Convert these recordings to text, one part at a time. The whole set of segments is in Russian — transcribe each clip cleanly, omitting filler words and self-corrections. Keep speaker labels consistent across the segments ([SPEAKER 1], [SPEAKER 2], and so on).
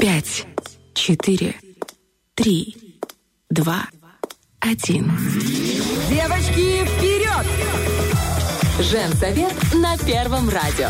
[SPEAKER 1] 5, 4, 3, 2, 1.
[SPEAKER 2] Девочки, вперед!
[SPEAKER 3] Женсовет на Первом радио.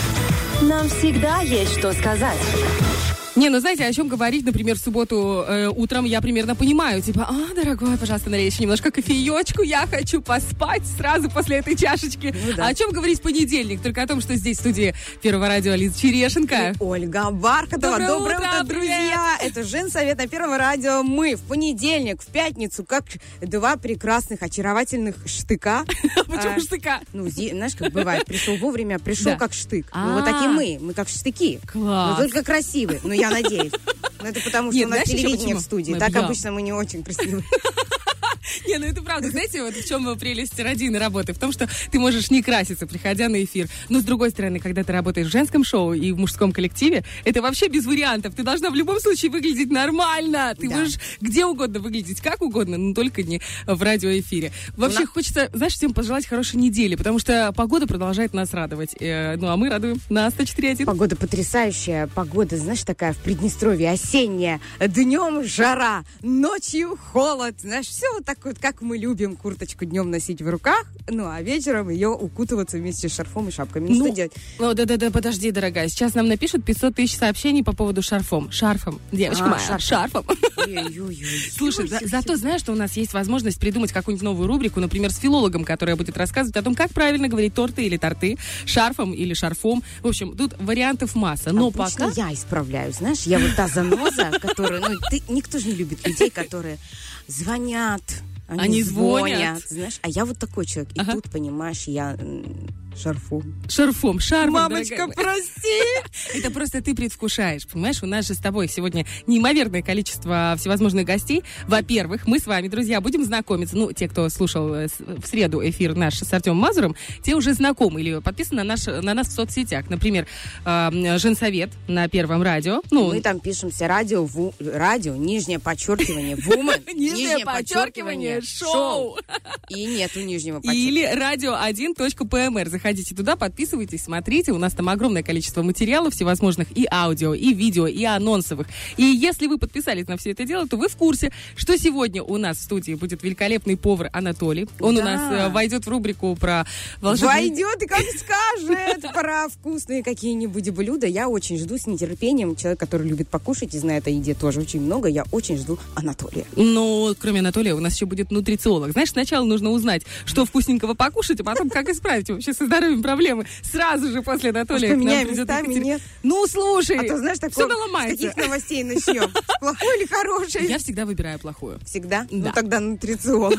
[SPEAKER 2] Нам всегда есть что сказать.
[SPEAKER 4] Не, ну знаете, о чем говорить, например, в субботу утром я примерно понимаю. Типа, дорогой, пожалуйста, налей еще немножко кофеечку, я хочу поспать сразу после этой чашечки.
[SPEAKER 2] Ну, да.
[SPEAKER 4] А о чем говорить в понедельник? Только о том, что здесь в студии Первого радио Лиза Черешенко.
[SPEAKER 2] И Ольга Бархатова. Доброе утро, друзья! Это Женсовет на Первом радио. Мы в понедельник, в пятницу, как два прекрасных, очаровательных штыка.
[SPEAKER 4] Почему штыка?
[SPEAKER 2] Ну, знаешь, как бывает, пришел вовремя, пришел как штык. Ну, вот такие мы как штыки.
[SPEAKER 4] Класс.
[SPEAKER 2] Но только красивые. Я надеюсь. Но это потому, что у нас телевидение в студии. Так обычно мы не очень красивые.
[SPEAKER 4] Не, ну это правда. Знаете, вот в чем прелесть радийной работы? В том, что ты можешь не краситься, приходя на эфир. Но, с другой стороны, когда ты работаешь в женском шоу и в мужском коллективе, это вообще без вариантов. Ты должна в любом случае выглядеть нормально. Ты можешь где угодно выглядеть, как угодно, но только не в радиоэфире. Вообще хочется, знаешь, всем пожелать хорошей недели, потому что погода продолжает нас радовать. Ну, а мы радуем на 104.1.
[SPEAKER 2] Погода потрясающая. Погода, знаешь, такая в Приднестровье осенняя. Днем жара, ночью холод. Знаешь, все вот так вот, как мы любим курточку днем носить в руках, ну, а вечером ее укутываться вместе с шарфом и шапками. Ну, что делать?
[SPEAKER 4] Ну, да, подожди, дорогая. Сейчас нам напишут 500 тысяч сообщений по поводу шарфом. Шарфом. Девочка моя, шарфом. Слушай, зато знаешь, что у нас есть возможность придумать какую-нибудь новую рубрику, например, с филологом, которая будет рассказывать о том, как правильно говорить торты или торты, шарфом или шарфом. В общем, тут вариантов масса. Но
[SPEAKER 2] обычно
[SPEAKER 4] пока...
[SPEAKER 2] я исправляю, знаешь, я вот та заноза, которая... Никто же не любит людей, которые звонят. Они звонят. Знаешь, а я вот такой человек. И тут, понимаешь, я шарфом.
[SPEAKER 4] Шарфом,
[SPEAKER 2] Мамочка, прости!
[SPEAKER 4] Это просто ты предвкушаешь, понимаешь? У нас же с тобой сегодня неимоверное количество всевозможных гостей. Во-первых, мы с вами, друзья, будем знакомиться. Ну, те, кто слушал в среду эфир наш с Артемом Мазуром, те уже знакомы или подписаны на нас в соцсетях. Например, Женсовет на Первом радио.
[SPEAKER 2] Мы там пишемся радио, нижнее подчеркивание, вумен,
[SPEAKER 4] нижнее подчеркивание, шоу.
[SPEAKER 2] И нету нижнего подчеркивания.
[SPEAKER 4] Или radio1.pmr. Заходите туда, подписывайтесь, смотрите. У нас там огромное количество материалов всевозможных и аудио, и видео, и анонсовых. И если вы подписались на все это дело, то вы в курсе, что сегодня у нас в студии будет великолепный повар Анатолий. Он у нас войдет в рубрику про волшебные...
[SPEAKER 2] Войдет и как скажет про вкусные какие-нибудь блюда. Я очень жду с нетерпением. Человек, который любит покушать и знает о еде тоже очень много. Я очень жду Анатолия.
[SPEAKER 4] Ну, кроме Анатолия, у нас еще будет нутрициолог. Знаешь, сначала нужно узнать, что вкусненького покушать, а потом как исправить вообще со здоровьем проблемы. Сразу же после Анатолия.
[SPEAKER 2] Поменяем местами, нет?
[SPEAKER 4] Ну, слушай,
[SPEAKER 2] а то, знаешь,
[SPEAKER 4] все наломается.
[SPEAKER 2] С каких новостей начнем? Плохое или хорошее?
[SPEAKER 4] Я всегда выбираю плохую.
[SPEAKER 2] Всегда?
[SPEAKER 4] Да.
[SPEAKER 2] Ну, тогда нутрициолог.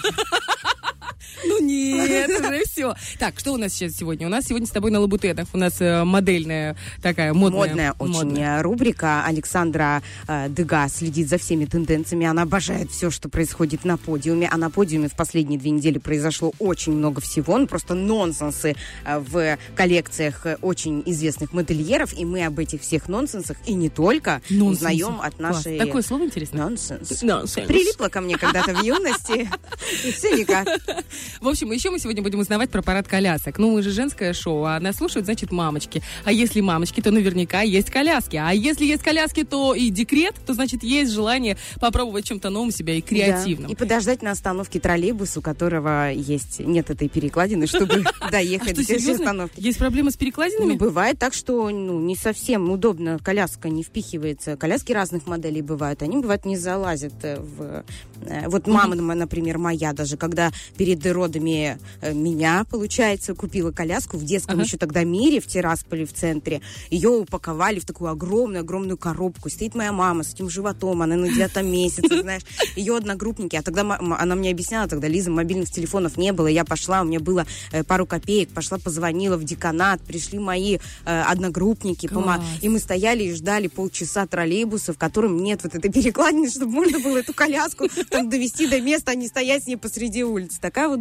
[SPEAKER 4] Ну нет, уже все. Так, что у нас сейчас сегодня? У нас сегодня с тобой на лабутенах. У нас модельная такая модная
[SPEAKER 2] очень рубрика. Александра Дега следит за всеми тенденциями. Она обожает все, что происходит на подиуме. А на подиуме в последние 2 недели произошло очень много всего. Ну, просто нонсенсы в коллекциях очень известных модельеров. И мы об этих всех нонсенсах и не только узнаем от нашей...
[SPEAKER 4] Класс. Такое слово интересное.
[SPEAKER 2] Нонсенс. Прилипло ко мне когда-то в юности. И все никак.
[SPEAKER 4] В общем, еще мы сегодня будем узнавать про парад колясок. Ну, мы же женское шоу, а нас слушают, значит, мамочки. А если мамочки, то наверняка есть коляски. А если есть коляски, то и декрет, то, значит, есть желание попробовать чем-то новым себя и креативным.
[SPEAKER 2] Да. И подождать на остановке троллейбуса, у которого нет этой перекладины, чтобы доехать до следующей остановки.
[SPEAKER 4] Есть проблемы с перекладинами?
[SPEAKER 2] Ну, бывает так, что не совсем удобно, коляска не впихивается. Коляски разных моделей бывают. Они, бывают, не залазят в... Вот мама, например, моя даже, когда перед родами меня, получается, купила коляску в детском еще тогда мире в Тирасполе в центре. Ее упаковали в такую огромную коробку. Стоит моя мама с этим животом, она на 9 месяце, знаешь. Ее одногруппники. А тогда она мне объясняла, тогда, Лиза, мобильных телефонов не было. Я пошла, у меня было пару копеек, пошла, позвонила в деканат, пришли мои одногруппники. И мы стояли и ждали полчаса троллейбуса, в котором нет вот этой перекладины, чтобы можно было эту коляску там довести до места, а не стоять с ней посреди улицы. Такая вот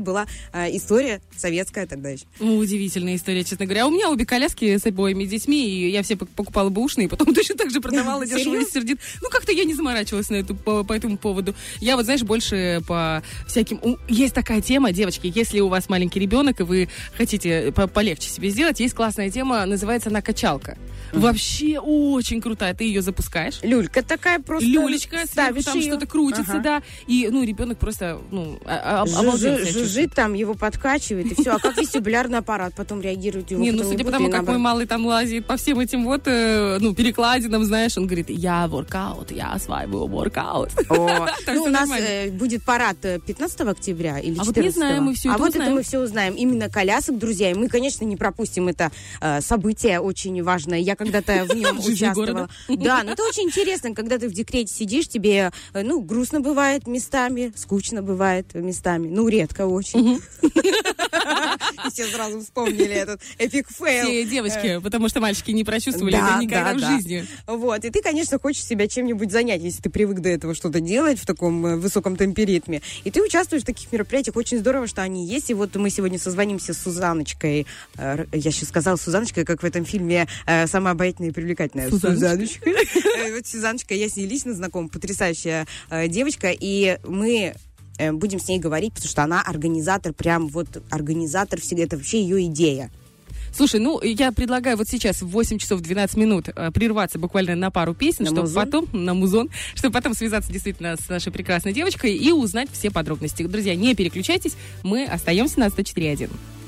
[SPEAKER 2] была история советская тогда еще.
[SPEAKER 4] Удивительная история, честно говоря. У меня обе коляски с обоими детьми, и я все покупала бэушные, и потом точно так же продавала дешево и сердит. Ну, как-то я не заморачивалась по этому поводу. Я вот, знаешь, больше по всяким... Есть такая тема, девочки, если у вас маленький ребенок, и вы хотите полегче себе сделать, есть классная тема, называется она качалка. Вообще очень крутая. Ты ее запускаешь.
[SPEAKER 2] Люлька такая просто.
[SPEAKER 4] Люлечка, сверху там что-то крутится, да. И, ребенок просто, обалденно
[SPEAKER 2] жужжит там, его подкачивает, и все. А как вестибулярный аппарат потом реагирует?
[SPEAKER 4] Судя по тому, как мой малый там лазит по всем этим перекладинам, знаешь, он говорит, я воркаут, я осваиваю воркаут.
[SPEAKER 2] У нас будет парад 15 октября или 14?
[SPEAKER 4] А вот не знаем, мы все это узнаем.
[SPEAKER 2] А вот это мы все узнаем. Именно колясок, друзья. И мы, конечно, не пропустим это событие очень важное. Я когда-то в нем участвовала. Да, но это очень интересно, когда ты в декрете сидишь, тебе, грустно бывает местами, скучно бывает местами. Редко очень. Все сразу вспомнили этот эпик фейл.
[SPEAKER 4] Все девочки, потому что мальчики не прочувствовали это никогда в жизни.
[SPEAKER 2] Вот, и ты, конечно, хочешь себя чем-нибудь занять, если ты привык до этого что-то делать в таком высоком темпе ритме. И ты участвуешь в таких мероприятиях. Очень здорово, что они есть. И вот мы сегодня созвонимся с Сузаночкой. Я сейчас сказала Сузаночкой, как в этом фильме «Самая обаятельная и привлекательная». Сузаночка. Вот Сузаночка, я с ней лично знакома, потрясающая девочка. И мы будем с ней говорить, потому что она организатор, организатор всегда. Это вообще ее идея.
[SPEAKER 4] Слушай, я предлагаю вот сейчас в 8 часов 12 минут прерваться буквально на пару песен, чтобы потом, на музон, чтобы потом связаться действительно с нашей прекрасной девочкой и узнать все подробности. Друзья, не переключайтесь, мы остаемся на 104.1.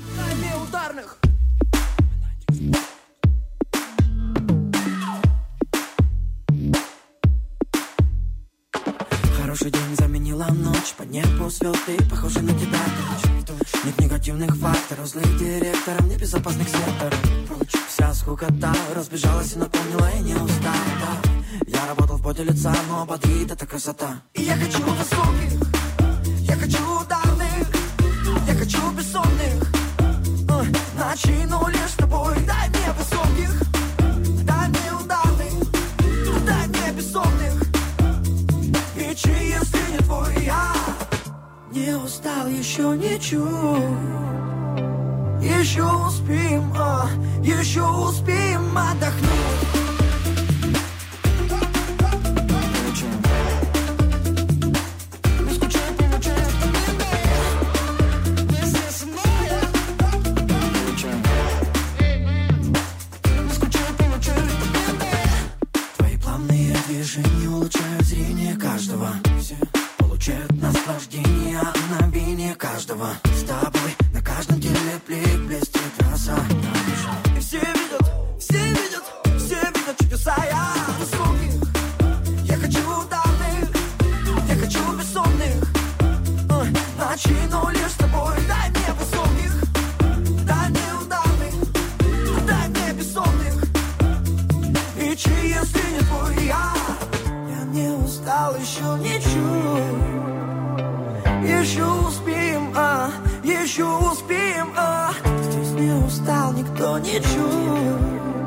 [SPEAKER 3] Хороший день заменила ночь, по небу звезды, похожи на тебя, дочь. Нет негативных факторов, злых директоров, небезопасных секторов. Вся скукота разбежалась и напомнила, и не устала, да. Я работал в поте лица, но бодрит эта красота. И я хочу высоких, я хочу ударных, я хочу бессонных. Начну лишь с тобой, дай мне высоких, дай мне ударных, дай мне бессонных. Вечи, если не твой, я не устал еще ничуть. Еще успеем отдохнуть. Твои плавные движения улучшают зрение каждого. Все получают наслаждение от мгновения каждого. С тобой на каждом теле блестит краса. И все видят чудеса. Я высоких, я хочу ударных, я хочу бессонных. Начну лишь с тобой, дай мне высоких, дай мне ударных, дай мне бессонных. Вечи, если не твой, я не устал еще ничуть. Еще успеем, здесь не устал никто ничуть.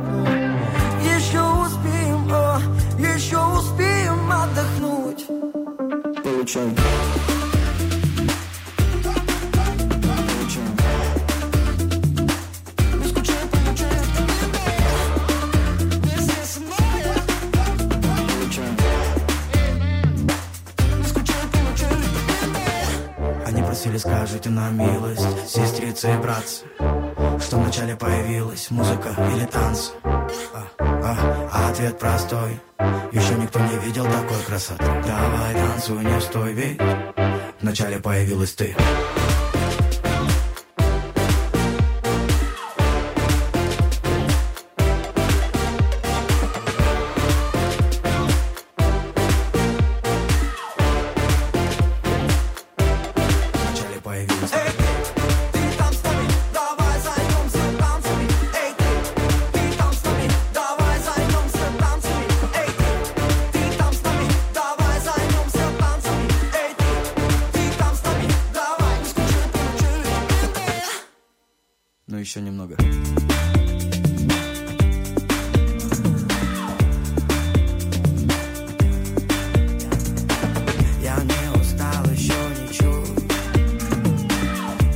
[SPEAKER 3] Еще успеем отдохнуть. Получай. Скажите на милость, сестрицы и братцы, что вначале появилась музыка или танцы. А ответ простой, еще никто не видел такой красоты. Давай танцуй, не стой, ведь вначале появилась ты. Еще немного. Я не устал еще ничуть.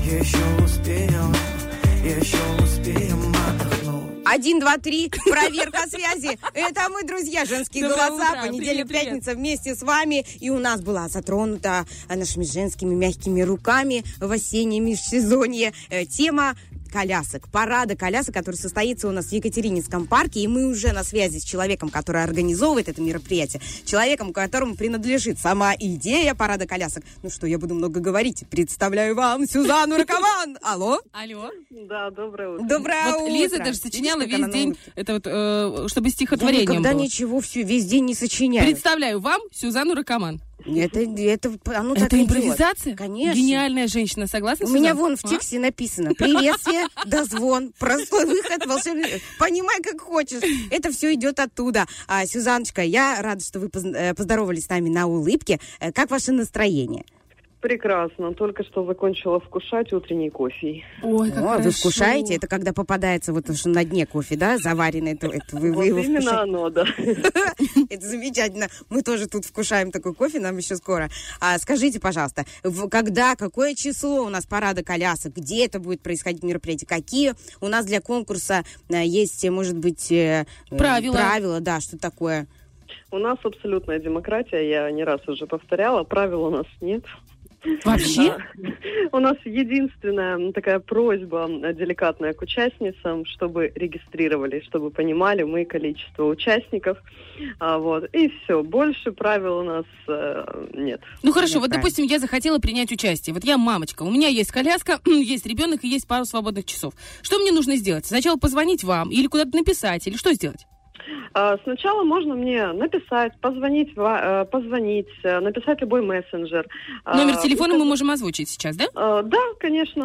[SPEAKER 2] 1, 2, 3, проверка связи. Это мы, друзья, женские
[SPEAKER 4] Доброе
[SPEAKER 2] голоса.
[SPEAKER 4] утро.
[SPEAKER 2] Понедельник,
[SPEAKER 4] Привет,
[SPEAKER 2] пятница вместе с вами. И у нас была затронута нашими женскими мягкими руками в осеннее межсезонье тема колясок, парада колясок, который состоится у нас в Екатерининском парке, и мы уже на связи с человеком, который организовывает это мероприятие, человеком, которому принадлежит сама идея парада колясок. Ну что, я буду много говорить. Представляю вам Сюзанну Ракован. Алло?
[SPEAKER 4] Алло.
[SPEAKER 5] Да, доброе утро.
[SPEAKER 2] Доброе
[SPEAKER 4] Вот
[SPEAKER 2] утро.
[SPEAKER 4] Лиза даже сочиняла
[SPEAKER 2] Видишь, как
[SPEAKER 4] весь день, это вот, чтобы стихотворением
[SPEAKER 2] я никогда
[SPEAKER 4] было.
[SPEAKER 2] ничего весь день не сочиняю.
[SPEAKER 4] Представляю вам Сюзанну Ракоман.
[SPEAKER 2] Это оно
[SPEAKER 4] Это
[SPEAKER 2] так идет.
[SPEAKER 4] импровизация?
[SPEAKER 2] Конечно.
[SPEAKER 4] Гениальная женщина, согласна,
[SPEAKER 2] У меня
[SPEAKER 4] Сюзан?
[SPEAKER 2] вон в тексте написано приветствие, дозвон, простой выход, волшебный. Понимай, как хочешь. Это все идет оттуда. Сюзаночка, я рада, что вы поздоровались с нами на улыбке. Как ваше настроение?
[SPEAKER 5] Прекрасно. Только что закончила вкушать утренний кофе.
[SPEAKER 4] Ой, как
[SPEAKER 2] Вы
[SPEAKER 4] хорошо.
[SPEAKER 2] вкушаете? Это когда попадается вот что на дне кофе, да, заваренный? Вы
[SPEAKER 5] Вот
[SPEAKER 2] его
[SPEAKER 5] именно
[SPEAKER 2] вкушаете?
[SPEAKER 5] оно, да.
[SPEAKER 2] Это замечательно. Мы тоже тут вкушаем такой кофе, нам еще скоро. Скажите, пожалуйста, какое число у нас парада колясок? Где это будет происходить мероприятие? Какие у нас для конкурса есть, может быть, правила, да, что такое?
[SPEAKER 5] У нас абсолютная демократия, я не раз уже повторяла, правил у нас нет.
[SPEAKER 4] Вообще?
[SPEAKER 5] У нас единственная такая просьба деликатная к участницам, чтобы регистрировались, чтобы понимали мы количество участников. Вот. И все. Больше правил у нас нет.
[SPEAKER 4] Ну хорошо, вот,
[SPEAKER 2] правильно.
[SPEAKER 4] допустим, я захотела принять участие. Вот я мамочка, у меня есть коляска, есть ребенок и есть пару свободных часов. Что мне нужно сделать? Сначала позвонить вам или куда-то написать, или что сделать?
[SPEAKER 5] Сначала можно мне написать, позвонить, написать любой мессенджер.
[SPEAKER 4] Номер телефона мы можем озвучить сейчас, да?
[SPEAKER 5] Да, конечно.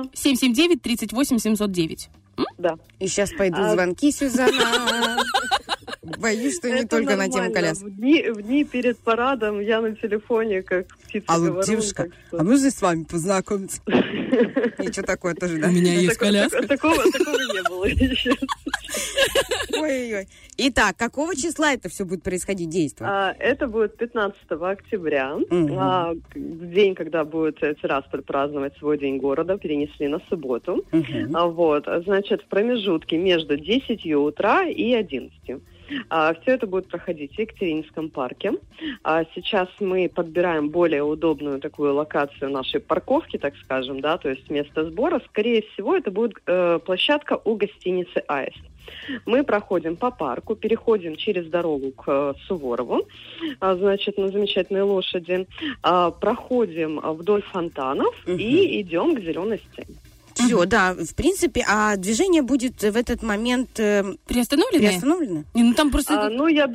[SPEAKER 4] 779-38-709.
[SPEAKER 5] Да.
[SPEAKER 2] И сейчас пойдут звонки, Сюзанна. Боюсь, что не
[SPEAKER 5] Это
[SPEAKER 2] только на
[SPEAKER 5] нормально.
[SPEAKER 2] тему колясок.
[SPEAKER 5] В дни перед парадом я на телефоне, как птица
[SPEAKER 2] Алло,
[SPEAKER 5] говорю.
[SPEAKER 2] девушка,
[SPEAKER 5] так что-
[SPEAKER 2] можно с вами познакомиться? Ничего такое тоже, да?
[SPEAKER 4] У меня есть коляска.
[SPEAKER 5] Такого не было еще.
[SPEAKER 2] Ой-ой-ой. Итак, какого числа это все будет происходить, действо?
[SPEAKER 5] Это будет 15 октября, в день, когда будет Тирасполь праздновать свой день города, перенесли на субботу. Вот, значит, в промежутке между 10 утра и 11. Все это будет проходить в Екатерининском парке. Сейчас мы подбираем более удобную такую локацию нашей парковки, так скажем, да, то есть место сбора. Скорее всего, это будет площадка у гостиницы «Аист». Мы проходим по парку, переходим через дорогу к Суворову, значит, на замечательной лошади, проходим вдоль фонтанов и идем к зеленой сцене.
[SPEAKER 2] Все, да, в принципе, а движение будет в этот момент
[SPEAKER 4] Приостановленные? Не, ну там просто...
[SPEAKER 5] Я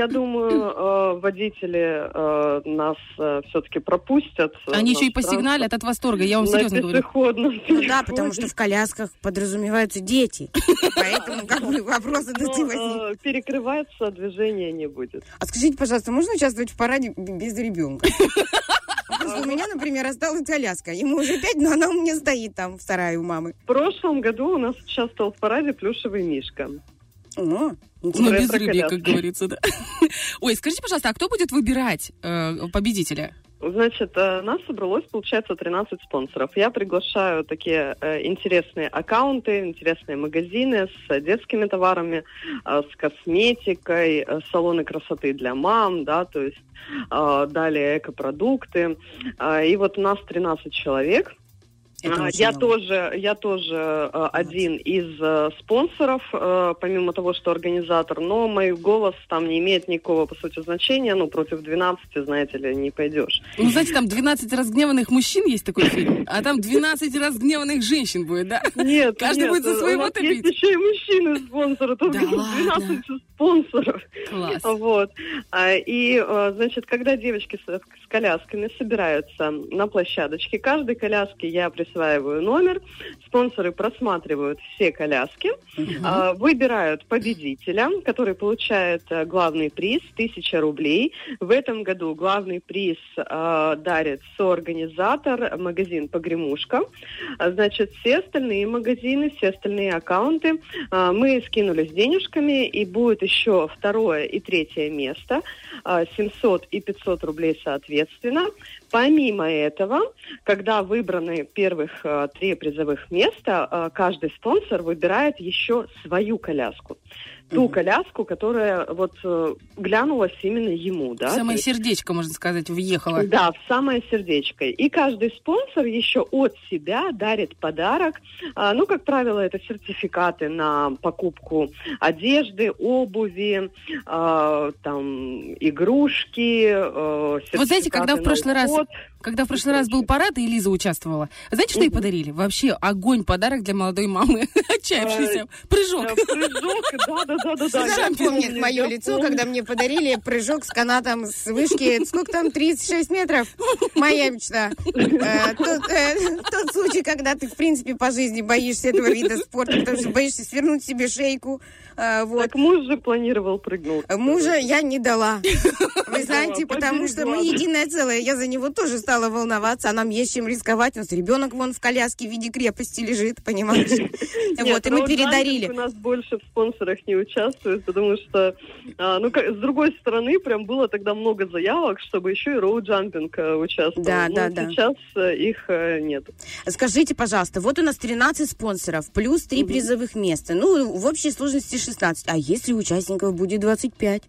[SPEAKER 5] думаю, водители нас все-таки пропустят.
[SPEAKER 4] Они еще и посигналят от восторга, я вам серьезно говорю.
[SPEAKER 2] Ну да, потому что в колясках подразумеваются дети. Поэтому как бы вопросы до тебя возникнут.
[SPEAKER 5] Перекрываться движение не будет.
[SPEAKER 2] А скажите, пожалуйста, можно участвовать в параде без ребенка? Просто у меня, например, осталась коляска. Ему уже 5, но она у меня стоит там в сарае у мамы.
[SPEAKER 5] В прошлом году у нас участвовал в параде плюшевый мишка.
[SPEAKER 2] О,
[SPEAKER 4] Ну,
[SPEAKER 2] интересно.
[SPEAKER 4] без рыбья, как говорится, да. Ой, скажите, пожалуйста, а кто будет выбирать победителя?
[SPEAKER 5] Значит, нас собралось, получается, 13 спонсоров. Я приглашаю такие интересные аккаунты, интересные магазины с детскими товарами, с косметикой, салоны красоты для мам, да, то есть далее экопродукты. И вот у нас 13 человек. Я тоже один из спонсоров, помимо того, что организатор, но мой голос там не имеет никакого, по сути, значения, против 12, знаете ли, не пойдешь.
[SPEAKER 4] Ну, знаете, там 12 разгневанных мужчин есть такой фильм, а там 12 разгневанных женщин будет, да?
[SPEAKER 5] Нет,
[SPEAKER 4] Каждый будет за своего
[SPEAKER 5] у нас
[SPEAKER 4] топить.
[SPEAKER 5] есть еще и мужчины-спонсоры, только
[SPEAKER 4] Да
[SPEAKER 5] 12
[SPEAKER 4] ладно?
[SPEAKER 5] спонсоров.
[SPEAKER 4] Класс.
[SPEAKER 5] Вот. И, значит, когда девочки с колясками собираются на площадочке, каждой коляске я присваиваю номер, спонсоры просматривают все коляски, выбирают победителя, который получает главный приз 1000 рублей. В этом году главный приз дарит соорганизатор, магазин «Погремушка». Значит, все остальные магазины, все остальные аккаунты мы скинулись денежками, и будет еще 2 и 3 место, 700 и 500 рублей соответственно. Помимо этого, когда выбраны 1 призовых места каждый спонсор выбирает еще свою коляску. Ту коляску, которая вот глянулась именно ему, да?
[SPEAKER 4] В самое сердечко, можно сказать, въехала.
[SPEAKER 5] Да, в самое сердечко. И каждый спонсор еще от себя дарит подарок. Ну, как правило, это сертификаты на покупку одежды, обуви, там, игрушки,
[SPEAKER 4] вот знаете, когда в прошлый раз был парад, и Лиза участвовала, знаете, что ей подарили? Вообще огонь подарок для молодой мамы, отчаявшейся. Прыжок.
[SPEAKER 5] Прыжок, да.
[SPEAKER 2] Помнит мое лицо, когда мне подарили прыжок с канатом с вышки, сколько там, 36 метров? Моя мечта. Тот случай, когда ты, в принципе, по жизни боишься этого вида спорта, потому что боишься свернуть себе шейку. Вот.
[SPEAKER 5] Так муж же планировал прыгнуть.
[SPEAKER 2] Мужа я не дала. Вы знаете, потому что мы единое целое. Я за него тоже стала волноваться, а нам есть чем рисковать. У нас ребенок вон в коляске в виде крепости лежит, понимаешь? Вот, и мы передарили.
[SPEAKER 5] У нас больше в спонсорах не участвует, потому что, с другой стороны, прям было тогда много заявок, чтобы еще и роуд-джампинг участвовал.
[SPEAKER 2] Да.
[SPEAKER 5] Сейчас их нет.
[SPEAKER 2] Скажите, пожалуйста, вот у нас 13 спонсоров, плюс 3 призовых места. Ну, в общей сложности 16. А если участников будет 25?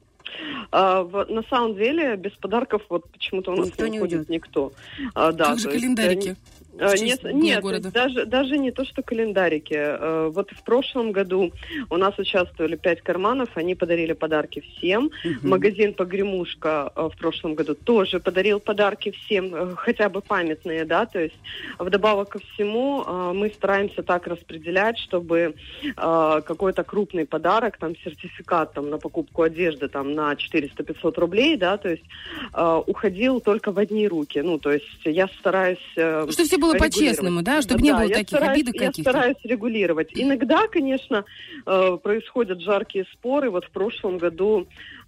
[SPEAKER 5] На самом деле, без подарков вот почему-то у нас
[SPEAKER 2] никто
[SPEAKER 5] не уходит никто.
[SPEAKER 4] Как же календарики?
[SPEAKER 5] Нет, даже не то, что календарики. Вот в прошлом году у нас участвовали 5 карманов, они подарили подарки всем. Магазин «Погремушка» в прошлом году тоже подарил подарки всем, хотя бы памятные, да, то есть вдобавок ко всему мы стараемся так распределять, чтобы какой-то крупный подарок, там сертификат там, на покупку одежды там, на 400-500 рублей, да, то есть уходил только в одни руки. Ну, то есть я стараюсь...
[SPEAKER 4] Что все было по-честному, да? Чтобы не было таких обидок каких-то.
[SPEAKER 5] Я стараюсь регулировать. Иногда, конечно, происходят жаркие споры. Вот в прошлом году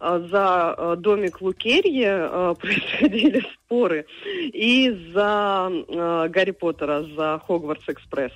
[SPEAKER 5] за домик Лукерье происходили споры. И за Гарри Поттера, за Хогвартс-экспресс.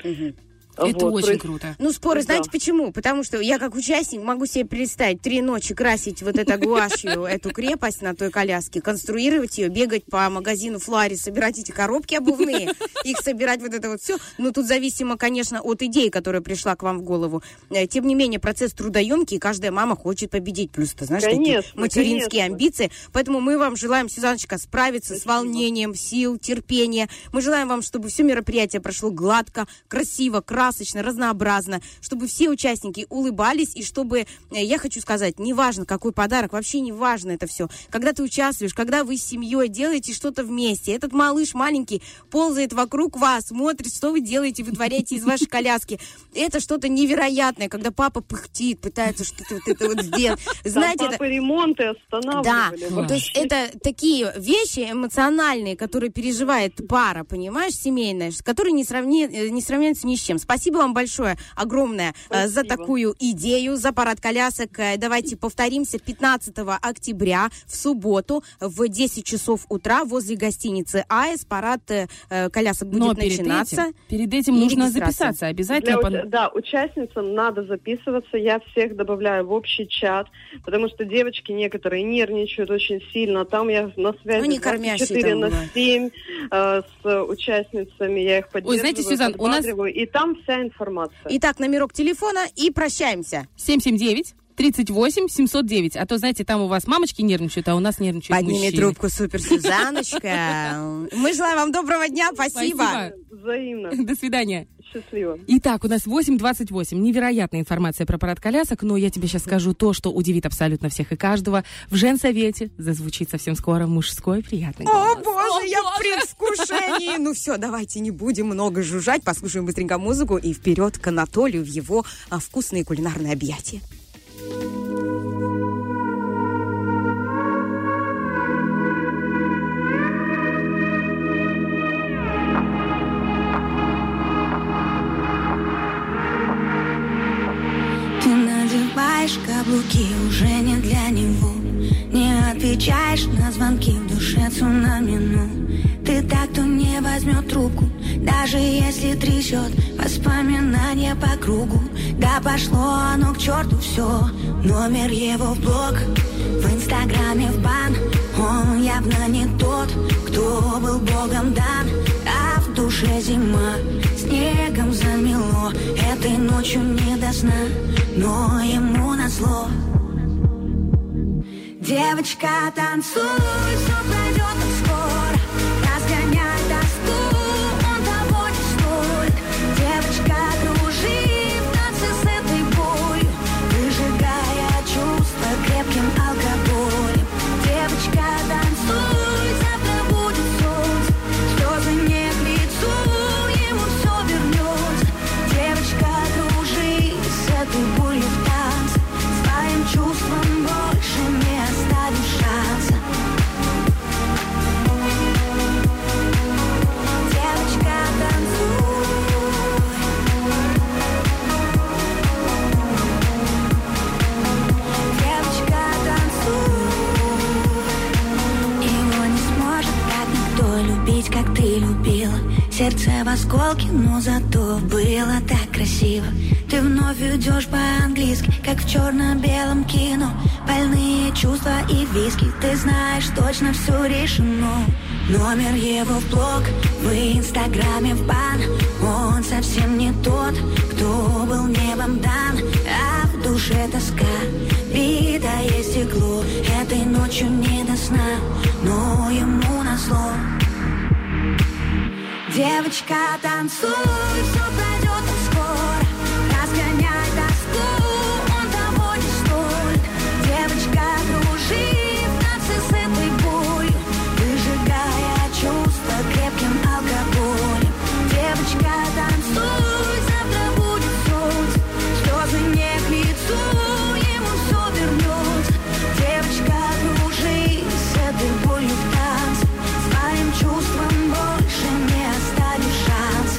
[SPEAKER 4] Это очень круто.
[SPEAKER 2] Ну, споры, знаете почему? Потому что я как участник могу себе представить 3 ночи красить вот это гуашью, эту крепость на той коляске, конструировать ее, бегать по магазину Флари, собирать эти коробки обувные, их собирать вот это вот все. Ну, тут зависимо, конечно, от идеи, которая пришла к вам в голову. Тем не менее, процесс трудоемкий, и каждая мама хочет победить. Плюс, ты знаешь, такие материнские амбиции. Поэтому мы вам желаем, Сюзаночка, справиться с волнением, сил, терпения. Мы желаем вам, чтобы все мероприятие прошло гладко, красиво, красочно, разнообразно, чтобы все участники улыбались, и чтобы, я хочу сказать, неважно, какой подарок, вообще не важно это все. Когда ты участвуешь, когда вы с семьей делаете что-то вместе, этот малыш маленький ползает вокруг вас, смотрит, что вы делаете, вытворяете из вашей коляски. Это что-то невероятное, когда папа пыхтит, пытается что-то вот это вот сделать. Знаете,
[SPEAKER 5] папа ремонты останавливали.
[SPEAKER 2] Да, то есть это такие вещи эмоциональные, которые переживает пара, понимаешь, семейная, которые не сравняются ни с чем. Спасибо вам большое, огромное, за такую идею, за парад колясок. Давайте повторимся 15 октября в субботу в 10 часов утра возле гостиницы «АЭС». Парад колясок будет начинаться.
[SPEAKER 4] Перед этим нужно записаться обязательно.
[SPEAKER 5] Да, участницам надо записываться. Я всех добавляю в общий чат, потому что девочки некоторые нервничают очень сильно. Там я на связи 24/7 с участницами. Я их поддерживаю,
[SPEAKER 4] знаете, Сюзан,
[SPEAKER 5] подбадриваю. И там вся информация.
[SPEAKER 2] Итак, номерок телефона и прощаемся.
[SPEAKER 4] 779-38-709. А то, знаете, там у вас мамочки нервничают, а у нас нервничают мужчины.
[SPEAKER 2] Подними трубку, супер Сюзаночка. Мы желаем вам доброго дня. Спасибо.
[SPEAKER 5] Взаимно.
[SPEAKER 4] До свидания.
[SPEAKER 5] Счастливо.
[SPEAKER 4] Итак, у нас 8:28. Невероятная информация про парад колясок, но я тебе сейчас скажу то, что удивит абсолютно всех и каждого. В женсовете зазвучит совсем скоро мужской приятный голос.
[SPEAKER 2] О, боже, я в предвкушении. Ну все, давайте не будем много жужжать, послушаем быстренько музыку и вперед к Анатолию в его вкусные кулинарные объятия.
[SPEAKER 6] Каблуки уже не для него. Не отвечаешь на звонки, в душе цунами, ну. Ты так, кто не возьмет трубку, даже если трясет воспоминания по кругу. Да пошло оно к черту все, номер его в блог, в инстаграме в бан. Он явно не тот, кто был богом дан, а в душе зима. ночью не до сна, но ему назло. Девочка, танцуй, все пройдет так скоро. Разгоняй тоску, он того не стоит. Девочка, кружи в танце с этой болью, выжигая чувства крепким алкоголем. Девочка, танцуй, завтра будет солнце, слезы не к лицу, ему все вернется. Девочка, кружи с этой болью в танце, своим чувством больше не оставишь шанса. Девочка, танцуй. Девочка, танцуй. Его не сможет так никто любить, как ты любила. Сердце в осколке, но зато было так красиво. Ты вновь идешь по-английски, как в черно-белом кино. Больные чувства и виски, ты знаешь, точно все решено. Номер его в блог, в инстаграме в бан. Он совсем не тот, кто был небом дан. А в душе тоска, битое стекло. Этой ночью не до сна, но ему назло. Девочка, танцуй, все пройдет так скоро. Разгоняй тоску, он того не стоит. Девочка, кружи в танце с этой болью, выжигая чувства крепким алкоголем. Девочка, танцуй, завтра будет солнце, слезы не к лицу, ему все вернется. Девочка, кружи с этой болью в танце, своим чувством больше не оставишь шанса.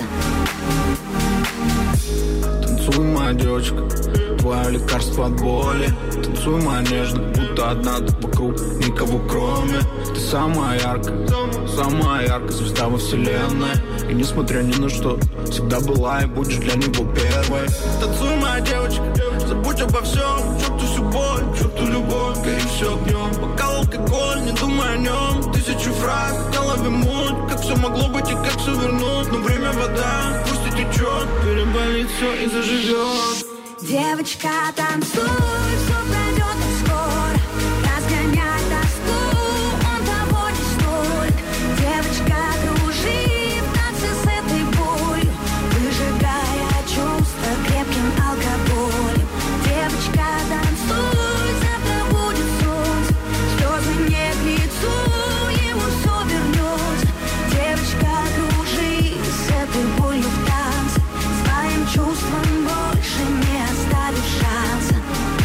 [SPEAKER 7] Танцуй, моя девочка, твое лекарство от боли. Танцуй, моя нежная, будто одна тут вокруг, никого кроме. Ты самая яркая звезда во вселенной. И несмотря ни на что, всегда была и будешь для него первой. Танцуй, моя девочка, забудь обо всем. Черту всю боль, черту любовь, гори все огнем. Бокал алкоголь, не думай о нем. Тысячу фраз, в голове муть. Как все могло быть и как все вернуть. Но время вода, пусть и течет, переболит все и заживет.
[SPEAKER 6] Девочка, танцуй, все пройдет так скоро. Разгоняй тоску, он того не стоит. Девочка, кружи в танце с этой болью, выжигая чувства крепким алкоголем. Девочка, танцуй, завтра будет солнце, слезы не к лицу, ему все вернется. Девочка, кружи с этой болью в танце, своим чувством больше не оставишь шанса.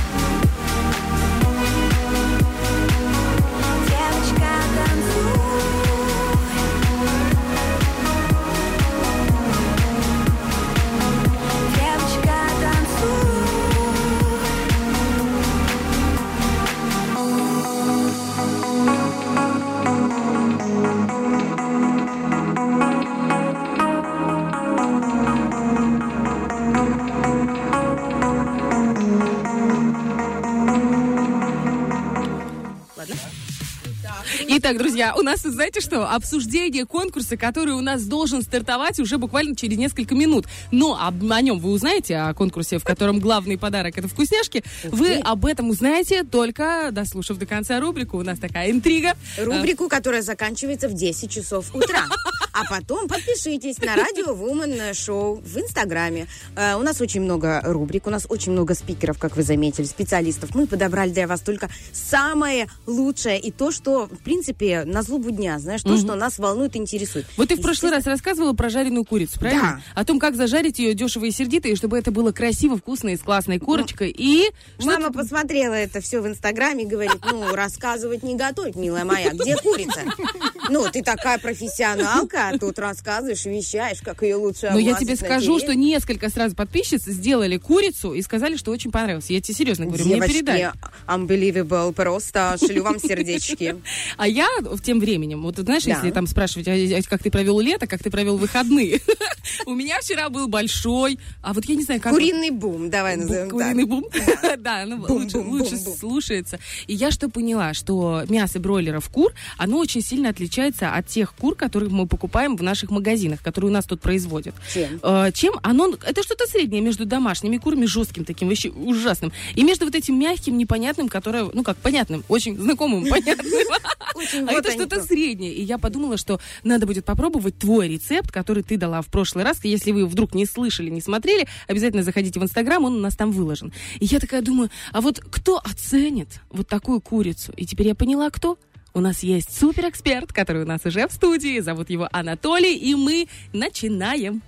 [SPEAKER 6] Девочка, танцуй. Девочка, танцуй.
[SPEAKER 4] Итак, друзья, у нас, знаете что, обсуждение конкурса, который у нас должен стартовать уже буквально через несколько минут. Но о нем вы узнаете, о конкурсе, в котором главный подарок — это вкусняшки. Вы об этом узнаете, только дослушав до конца рубрику. У нас такая интрига.
[SPEAKER 2] Рубрику, которая заканчивается в 10 часов утра. А потом подпишитесь на Радио Woman шоу в Инстаграме. У нас очень много рубрик, у нас очень много спикеров, как вы заметили, специалистов. Мы подобрали для вас только самое лучшее и то, что, в принципе, на злобу дня, знаешь, то, что нас волнует и интересует.
[SPEAKER 4] Вот ты в прошлый раз рассказывала про жареную курицу, правильно? Да. О том, как зажарить ее дешево и сердито, и чтобы это было красиво, вкусно и с классной корочкой. И
[SPEAKER 2] мама посмотрела это все в Инстаграме и говорит, рассказывать не готовить, милая моя, где курица? Ты такая профессионалка, а тут рассказываешь, вещаешь, как ее лучше
[SPEAKER 4] обмазать. Но я тебе скажу, что несколько сразу подписчиц сделали курицу и сказали, что очень понравилось. Я тебе серьезно говорю,
[SPEAKER 2] девочки,
[SPEAKER 4] мне передай.
[SPEAKER 2] Unbelievable, просто шлю вам сердечки.
[SPEAKER 4] А я тем временем, вот знаешь, если там спрашивать, как ты провел лето, как ты провел выходные, у меня вчера был большой, а вот я не знаю, как...
[SPEAKER 2] Куриный бум, давай назовем так.
[SPEAKER 4] Куриный бум? Да, лучше слушается. И я что поняла, что мясо бройлеров кур, оно очень сильно отличается от тех кур, которых мы покупаем покупаем в наших магазинах, которые у нас тут производят.
[SPEAKER 2] Чем?
[SPEAKER 4] Это что-то среднее между домашними курами, жестким таким, вообще ужасным, и между вот этим мягким, непонятным, которое, понятным, очень знакомым, понятным. А это что-то среднее. И я подумала, что надо будет попробовать твой рецепт, который ты дала в прошлый раз. Если вы вдруг не слышали, не смотрели, обязательно заходите в Инстаграм, он у нас там выложен. И я такая думаю, а вот кто оценит вот такую курицу? И теперь я поняла, кто. У нас есть суперэксперт, который у нас уже в студии. Зовут его Анатолий, и мы начинаем.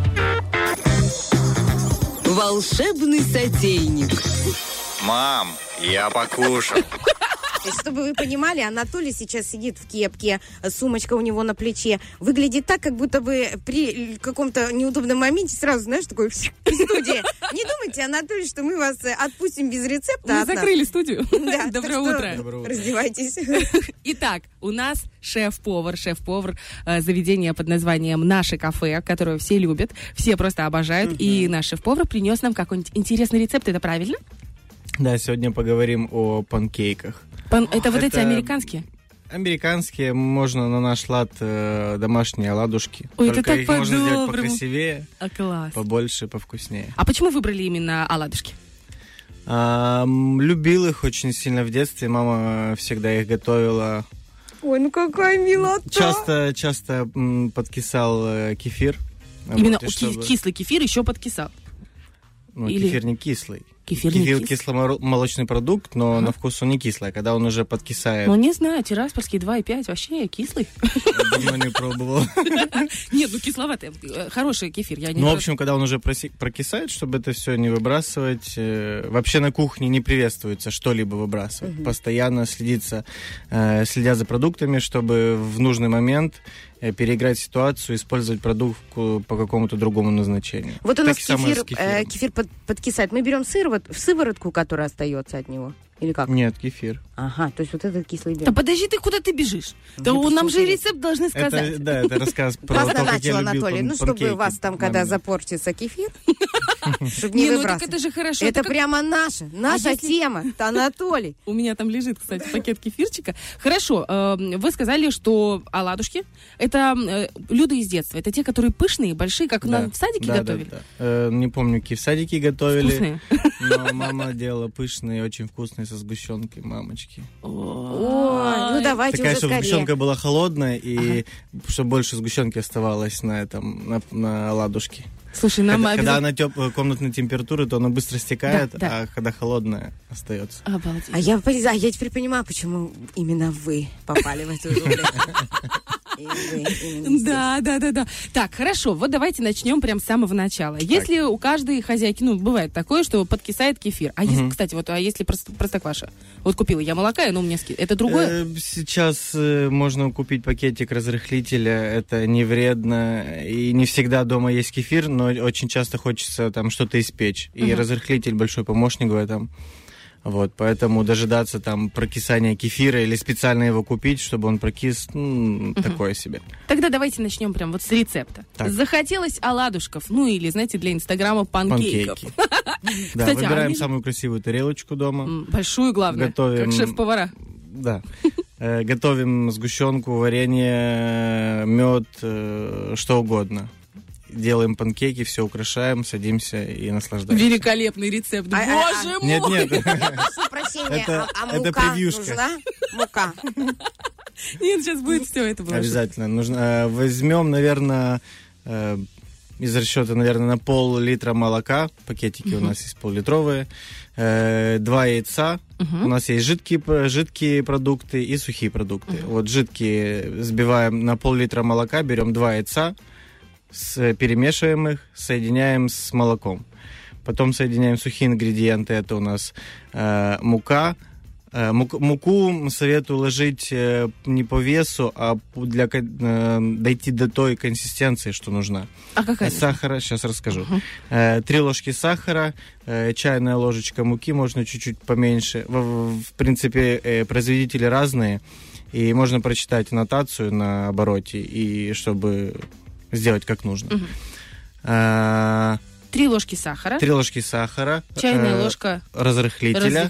[SPEAKER 1] Волшебный сотейник.
[SPEAKER 8] Мам, я покушал.
[SPEAKER 2] То есть, чтобы вы понимали, Анатолий сейчас сидит в кепке, сумочка у него на плече. Выглядит так, как будто бы при каком-то неудобном моменте сразу, знаешь, такой в студии. Не думайте, Анатолий, что мы вас отпустим без рецепта.
[SPEAKER 4] Мы закрыли студию.
[SPEAKER 2] Да,
[SPEAKER 4] Доброе утро.
[SPEAKER 2] Раздевайтесь.
[SPEAKER 4] Итак, у нас шеф-повар заведения под названием «Наше кафе», которое все любят, все просто обожают. И наш шеф-повар принес нам какой-нибудь интересный рецепт, это правильно?
[SPEAKER 9] Да, сегодня поговорим о панкейках.
[SPEAKER 4] Это вот эти американские?
[SPEAKER 9] Американские, можно на наш лад домашние оладушки.
[SPEAKER 4] Ой,
[SPEAKER 9] только
[SPEAKER 4] это так
[SPEAKER 9] их можно сделать
[SPEAKER 4] по-доброму.
[SPEAKER 9] покрасивее,
[SPEAKER 4] Класс.
[SPEAKER 9] побольше, повкуснее.
[SPEAKER 4] А почему выбрали именно оладушки?
[SPEAKER 9] Любил их очень сильно в детстве, мама всегда их готовила.
[SPEAKER 2] Ой, ну какая милота.
[SPEAKER 9] Часто подкисал кефир.
[SPEAKER 4] Именно кислый кефир еще подкисал?
[SPEAKER 9] Кефир не кислый.
[SPEAKER 4] Кефир
[SPEAKER 9] кисломолочный продукт, но на вкус он не кислый, когда он уже подкисает.
[SPEAKER 4] Ну, не знаю, Тираспольский 2,5 вообще кислый.
[SPEAKER 9] Давно не пробовал.
[SPEAKER 4] Нет, кисловатый. Хороший кефир.
[SPEAKER 9] В общем, когда он уже прокисает, чтобы это все не выбрасывать, вообще на кухне не приветствуется что-либо выбрасывать. Постоянно следят за продуктами, чтобы в нужный момент переиграть ситуацию, использовать продукт по какому-то другому назначению.
[SPEAKER 2] Вот у нас кефир подкисает. Мы берем сыворотку, которая остается от него. Или как?
[SPEAKER 9] Нет, кефир.
[SPEAKER 2] Ага, то есть вот этот кислый берем.
[SPEAKER 4] Да подожди, куда ты бежишь? Да нам же рецепт должны сказать.
[SPEAKER 9] Это рассказ про то, как я любил
[SPEAKER 2] Анатолий, чтобы у вас там, когда запортится кефир, чтобы не выбрасывать.
[SPEAKER 4] Это же хорошо.
[SPEAKER 2] Это прямо наша тема. Это Анатолий.
[SPEAKER 4] У меня там лежит, кстати, пакет кефирчика. Хорошо, вы сказали, что оладушки — это блюда из детства. Это те, которые пышные, большие, как нам в садике готовили?
[SPEAKER 9] Да. Не помню, какие в садике готовили.
[SPEAKER 4] Вкусные.
[SPEAKER 9] Но мама делала пышные, очень вкусные, со сгущенкой, мамочки.
[SPEAKER 2] Ой, давайте
[SPEAKER 9] такая,
[SPEAKER 2] уже
[SPEAKER 9] чтобы
[SPEAKER 2] скорее.
[SPEAKER 9] сгущенка была холодная, и чтобы больше сгущенки оставалось на оладушке.
[SPEAKER 4] Слушай, нам
[SPEAKER 9] когда она комнатной температуры, то она быстро стекает, а когда холодная, остается.
[SPEAKER 4] Обалдеть.
[SPEAKER 2] А я теперь понимаю, почему именно вы попали в эту рубрику.
[SPEAKER 4] Да. Так, хорошо, вот давайте начнем прям с самого начала. Если у каждой хозяйки, бывает такое, что подкисает кефир. А если, кстати, если простокваша? Вот купила я молока, и оно у меня это другое?
[SPEAKER 9] Сейчас можно купить пакетик разрыхлителя, это не вредно, и не всегда дома есть кефир, но очень часто хочется там что-то испечь. И разрыхлитель большой помощник в этом. Вот, поэтому дожидаться там прокисания кефира или специально его купить, чтобы он прокис, такое себе.
[SPEAKER 4] Тогда давайте начнем прям вот с рецепта. Так. Захотелось оладушков, или, знаете, для Инстаграма панкейков.
[SPEAKER 9] Да, выбираем самую красивую тарелочку дома.
[SPEAKER 4] Большую, главное, как шеф-повара.
[SPEAKER 9] Да. Готовим сгущенку, варенье, мед, что угодно. Делаем панкейки, все украшаем, садимся и наслаждаемся.
[SPEAKER 4] Великолепный рецепт. Боже мой!
[SPEAKER 9] Нет.
[SPEAKER 2] Прошу прощения, а мука нужна? Мука.
[SPEAKER 4] Нет, сейчас будет все это.
[SPEAKER 9] Обязательно. Нужно. Возьмем, наверное, из расчета, на пол-литра молока. Пакетики у нас есть пол-литровые. 2 яйца. У нас есть жидкие продукты и сухие продукты. Вот жидкие взбиваем на пол-литра молока, берем 2 яйца, перемешиваем их, соединяем с молоком. Потом соединяем сухие ингредиенты. Это у нас мука. Муку советую ложить не по весу, а дойти до той консистенции, что нужна.
[SPEAKER 4] А какая?
[SPEAKER 9] Сахара, сейчас расскажу. 3 ложки сахара, чайная ложечка муки, можно чуть-чуть поменьше. В принципе, производители разные, и можно прочитать аннотацию на обороте, и чтобы сделать как нужно.
[SPEAKER 4] 3 ложки сахара.
[SPEAKER 9] 3 ложки сахара.
[SPEAKER 4] Чайная ложка
[SPEAKER 9] разрыхлителя.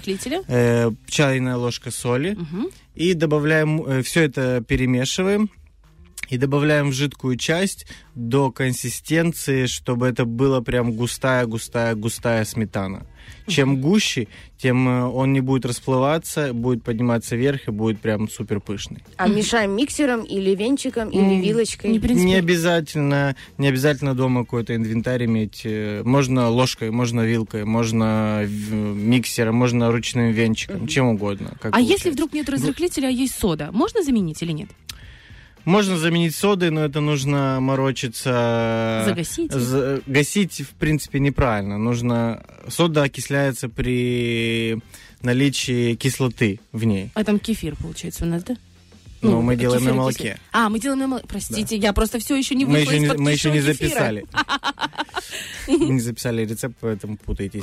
[SPEAKER 9] Чайная ложка соли. И добавляем, все это перемешиваем. и добавляем в жидкую часть до консистенции, чтобы это была прям густая сметана. Чем гуще, тем он не будет расплываться, будет подниматься вверх и будет прям супер пышный.
[SPEAKER 2] А мешаем миксером или венчиком, или вилочкой?
[SPEAKER 9] Не обязательно дома какой-то инвентарь иметь. Можно ложкой, можно вилкой, можно миксером, можно ручным венчиком, чем угодно.
[SPEAKER 4] А если вдруг нет разрыхлителя, а есть сода, можно заменить или нет?
[SPEAKER 9] Можно заменить содой, но это нужно морочиться.
[SPEAKER 4] Загасить?
[SPEAKER 9] Гасить, в принципе, неправильно. Сода окисляется при наличии кислоты в ней.
[SPEAKER 4] А там кефир, получается, у нас, да?
[SPEAKER 9] Ну, мы делаем на молоке.
[SPEAKER 4] Мы делаем на молоке. Простите, я просто все еще не вышла из-под
[SPEAKER 9] Мы еще не
[SPEAKER 4] кефира.
[SPEAKER 9] записали. Не записали рецепт, поэтому путаетесь.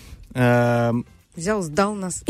[SPEAKER 2] Взял, сдал нас.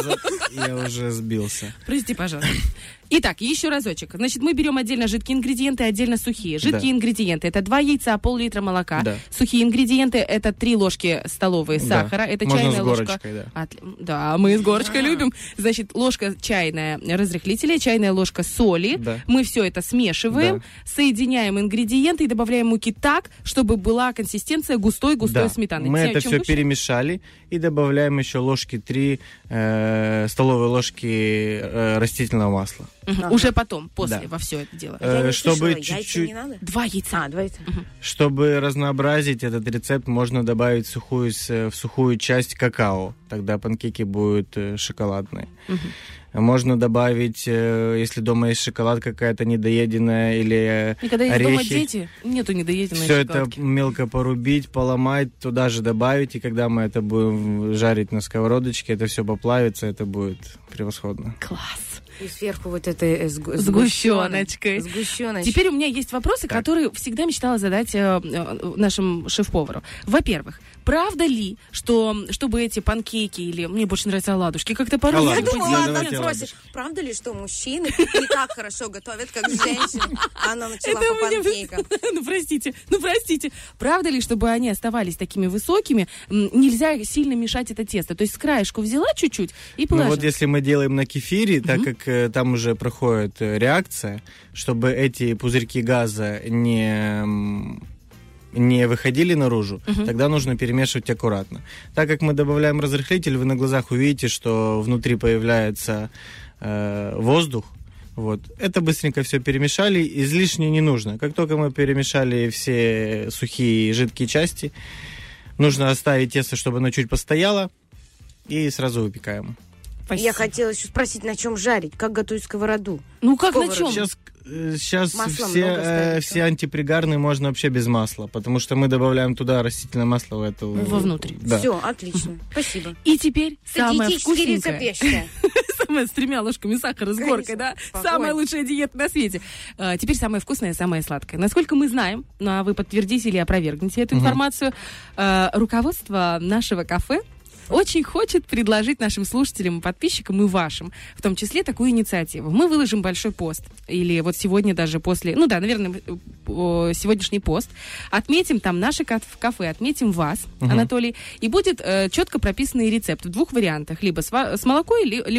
[SPEAKER 9] Я уже сбился.
[SPEAKER 4] Прости, пожалуйста. Итак, еще разочек. Значит, мы берем отдельно жидкие ингредиенты, отдельно сухие. Жидкие ингредиенты — это 2 яйца, пол-литра молока.
[SPEAKER 9] Да.
[SPEAKER 4] Сухие ингредиенты — это 3 ложки столовые сахара. Это
[SPEAKER 9] можно
[SPEAKER 4] чайная
[SPEAKER 9] с горочкой,
[SPEAKER 4] ложка. Да, мы с горочкой любим. Значит, ложка чайная разрыхлителя, чайная ложка соли.
[SPEAKER 9] Да.
[SPEAKER 4] Мы все это смешиваем, соединяем ингредиенты и добавляем муки так, чтобы была консистенция густой сметаны.
[SPEAKER 9] Мы это все перемешали и добавляем еще ложки 3 столовые ложки растительного масла.
[SPEAKER 4] Уже потом, после, во все это дело.
[SPEAKER 9] Чтобы
[SPEAKER 2] чуть-чуть... не надо?
[SPEAKER 4] 2 яйца.
[SPEAKER 2] 2 яйца.
[SPEAKER 9] Чтобы разнообразить этот рецепт, можно добавить в сухую часть какао. Тогда панкейки будут шоколадные. Можно добавить, если дома есть шоколад какая-то недоеденная или
[SPEAKER 4] и когда
[SPEAKER 9] орехи.
[SPEAKER 4] Дома дети, нету недоеденной
[SPEAKER 9] все
[SPEAKER 4] шоколадки.
[SPEAKER 9] Это мелко порубить, поломать, туда же добавить. И когда мы это будем жарить на сковородочке, это все поплавится, это будет превосходно.
[SPEAKER 4] Класс.
[SPEAKER 2] И сверху вот этой
[SPEAKER 4] сгущеночкой. Теперь у меня есть вопросы,
[SPEAKER 9] Так.
[SPEAKER 4] которые всегда мечтала задать нашему шеф-повару. Во-первых, правда ли, что чтобы эти панкейки или мне больше нравятся оладушки, как-то по-русски?
[SPEAKER 2] Я думала, она
[SPEAKER 9] давайте
[SPEAKER 2] спросит, правда ли, что мужчины не так хорошо готовят, как женщины? А она начала по панкейкам.
[SPEAKER 4] Ну, простите. Правда ли, чтобы они оставались такими высокими, нельзя сильно мешать это тесто? То есть с краешку взяла чуть-чуть и положила?
[SPEAKER 9] Ну вот если мы делаем на кефире, так как там уже проходит реакция, чтобы эти пузырьки газа не выходили наружу, тогда нужно перемешивать аккуратно. Так как мы добавляем разрыхлитель, вы на глазах увидите, что внутри появляется воздух. Вот. Это быстренько все перемешали, излишне не нужно. Как только мы перемешали все сухие и жидкие части, нужно оставить тесто, чтобы оно чуть постояло, и сразу выпекаем.
[SPEAKER 4] Спасибо.
[SPEAKER 2] Я хотела еще спросить, на чем жарить, как готовить сковороду?
[SPEAKER 4] Ну как на чем?
[SPEAKER 9] Сейчас
[SPEAKER 2] Масла много ставят,
[SPEAKER 9] все антипригарные можно вообще без масла, потому что мы добавляем туда растительное масло в эту...
[SPEAKER 4] Вовнутрь.
[SPEAKER 9] Да.
[SPEAKER 2] Все, отлично. Спасибо.
[SPEAKER 4] И теперь самое
[SPEAKER 2] Диетический рецепт,
[SPEAKER 4] вкусненькое.
[SPEAKER 2] я считаю.
[SPEAKER 4] Самое с 3 ложками сахара с
[SPEAKER 2] Конечно,
[SPEAKER 4] горкой, да?
[SPEAKER 2] спокойно.
[SPEAKER 4] Самая лучшая диета на свете. Теперь самое вкусное, самое сладкое. Насколько мы знаем, ну, а вы подтвердите или опровергнете эту информацию, руководство нашего кафе очень хочет предложить нашим слушателям и подписчикам и вашим, в том числе, такую инициативу. Мы выложим большой пост, или вот сегодня даже после, ну да, наверное, сегодняшний пост, отметим там наше кафе, отметим вас, Анатолий, и будет четко прописанный рецепт в 2 вариантах, либо с молоком,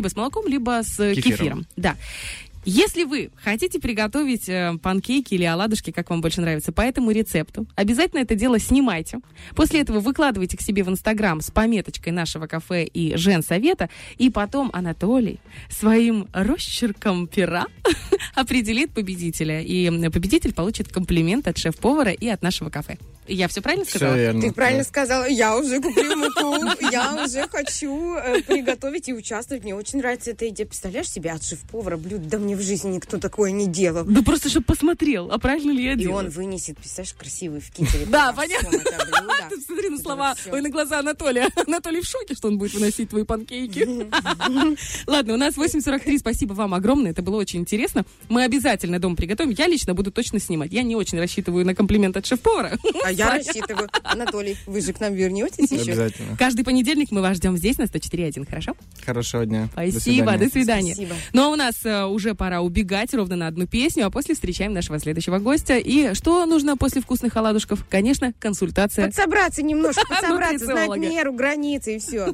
[SPEAKER 4] либо с кефиром. Да. Если вы хотите приготовить панкейки или оладушки, как вам больше нравится, по этому рецепту, обязательно это дело снимайте. После этого выкладывайте к себе в Инстаграм с пометочкой нашего кафе и Женсовета, и потом Анатолий своим росчерком пера определит победителя. И победитель получит комплимент от шеф-повара и от нашего кафе. Я все правильно сказала?
[SPEAKER 9] Все верно.
[SPEAKER 2] Ты правильно сказала. Я уже куплю муку. Я уже хочу приготовить и участвовать. Мне очень нравится эта идея. Представляешь себе от шеф-повара блюдо? Да мне в жизни никто такое не делал.
[SPEAKER 4] Да просто, чтобы посмотрел, а правильно ли я
[SPEAKER 2] И
[SPEAKER 4] делаю.
[SPEAKER 2] он вынесет, представляешь, красивый в кителе.
[SPEAKER 4] Да, понятно. Ты смотри на слова, ой, на глаза Анатолия. Анатолий в шоке, что он будет выносить твои панкейки. Ладно, у нас 8:43. Спасибо вам огромное. Это было очень интересно. Мы обязательно дома приготовим. Я лично буду точно снимать. Я не очень рассчитываю на комплимент от шеф-повара.
[SPEAKER 2] А я рассчитываю. Анатолий, вы же к нам вернетесь еще?
[SPEAKER 9] Обязательно.
[SPEAKER 4] Каждый понедельник мы вас ждем здесь на 104.1, хорошо?
[SPEAKER 9] Хорошего дня.
[SPEAKER 4] Спасибо, до свидания.
[SPEAKER 2] Спасибо.
[SPEAKER 4] Ну а у нас уже пора убегать ровно на одну песню, а после встречаем нашего следующего гостя. И что нужно после вкусных оладушков? Конечно, консультация.
[SPEAKER 2] Подсобраться немножко, подсобраться, знать
[SPEAKER 4] Нутрициолога.
[SPEAKER 2] меру, границы и все.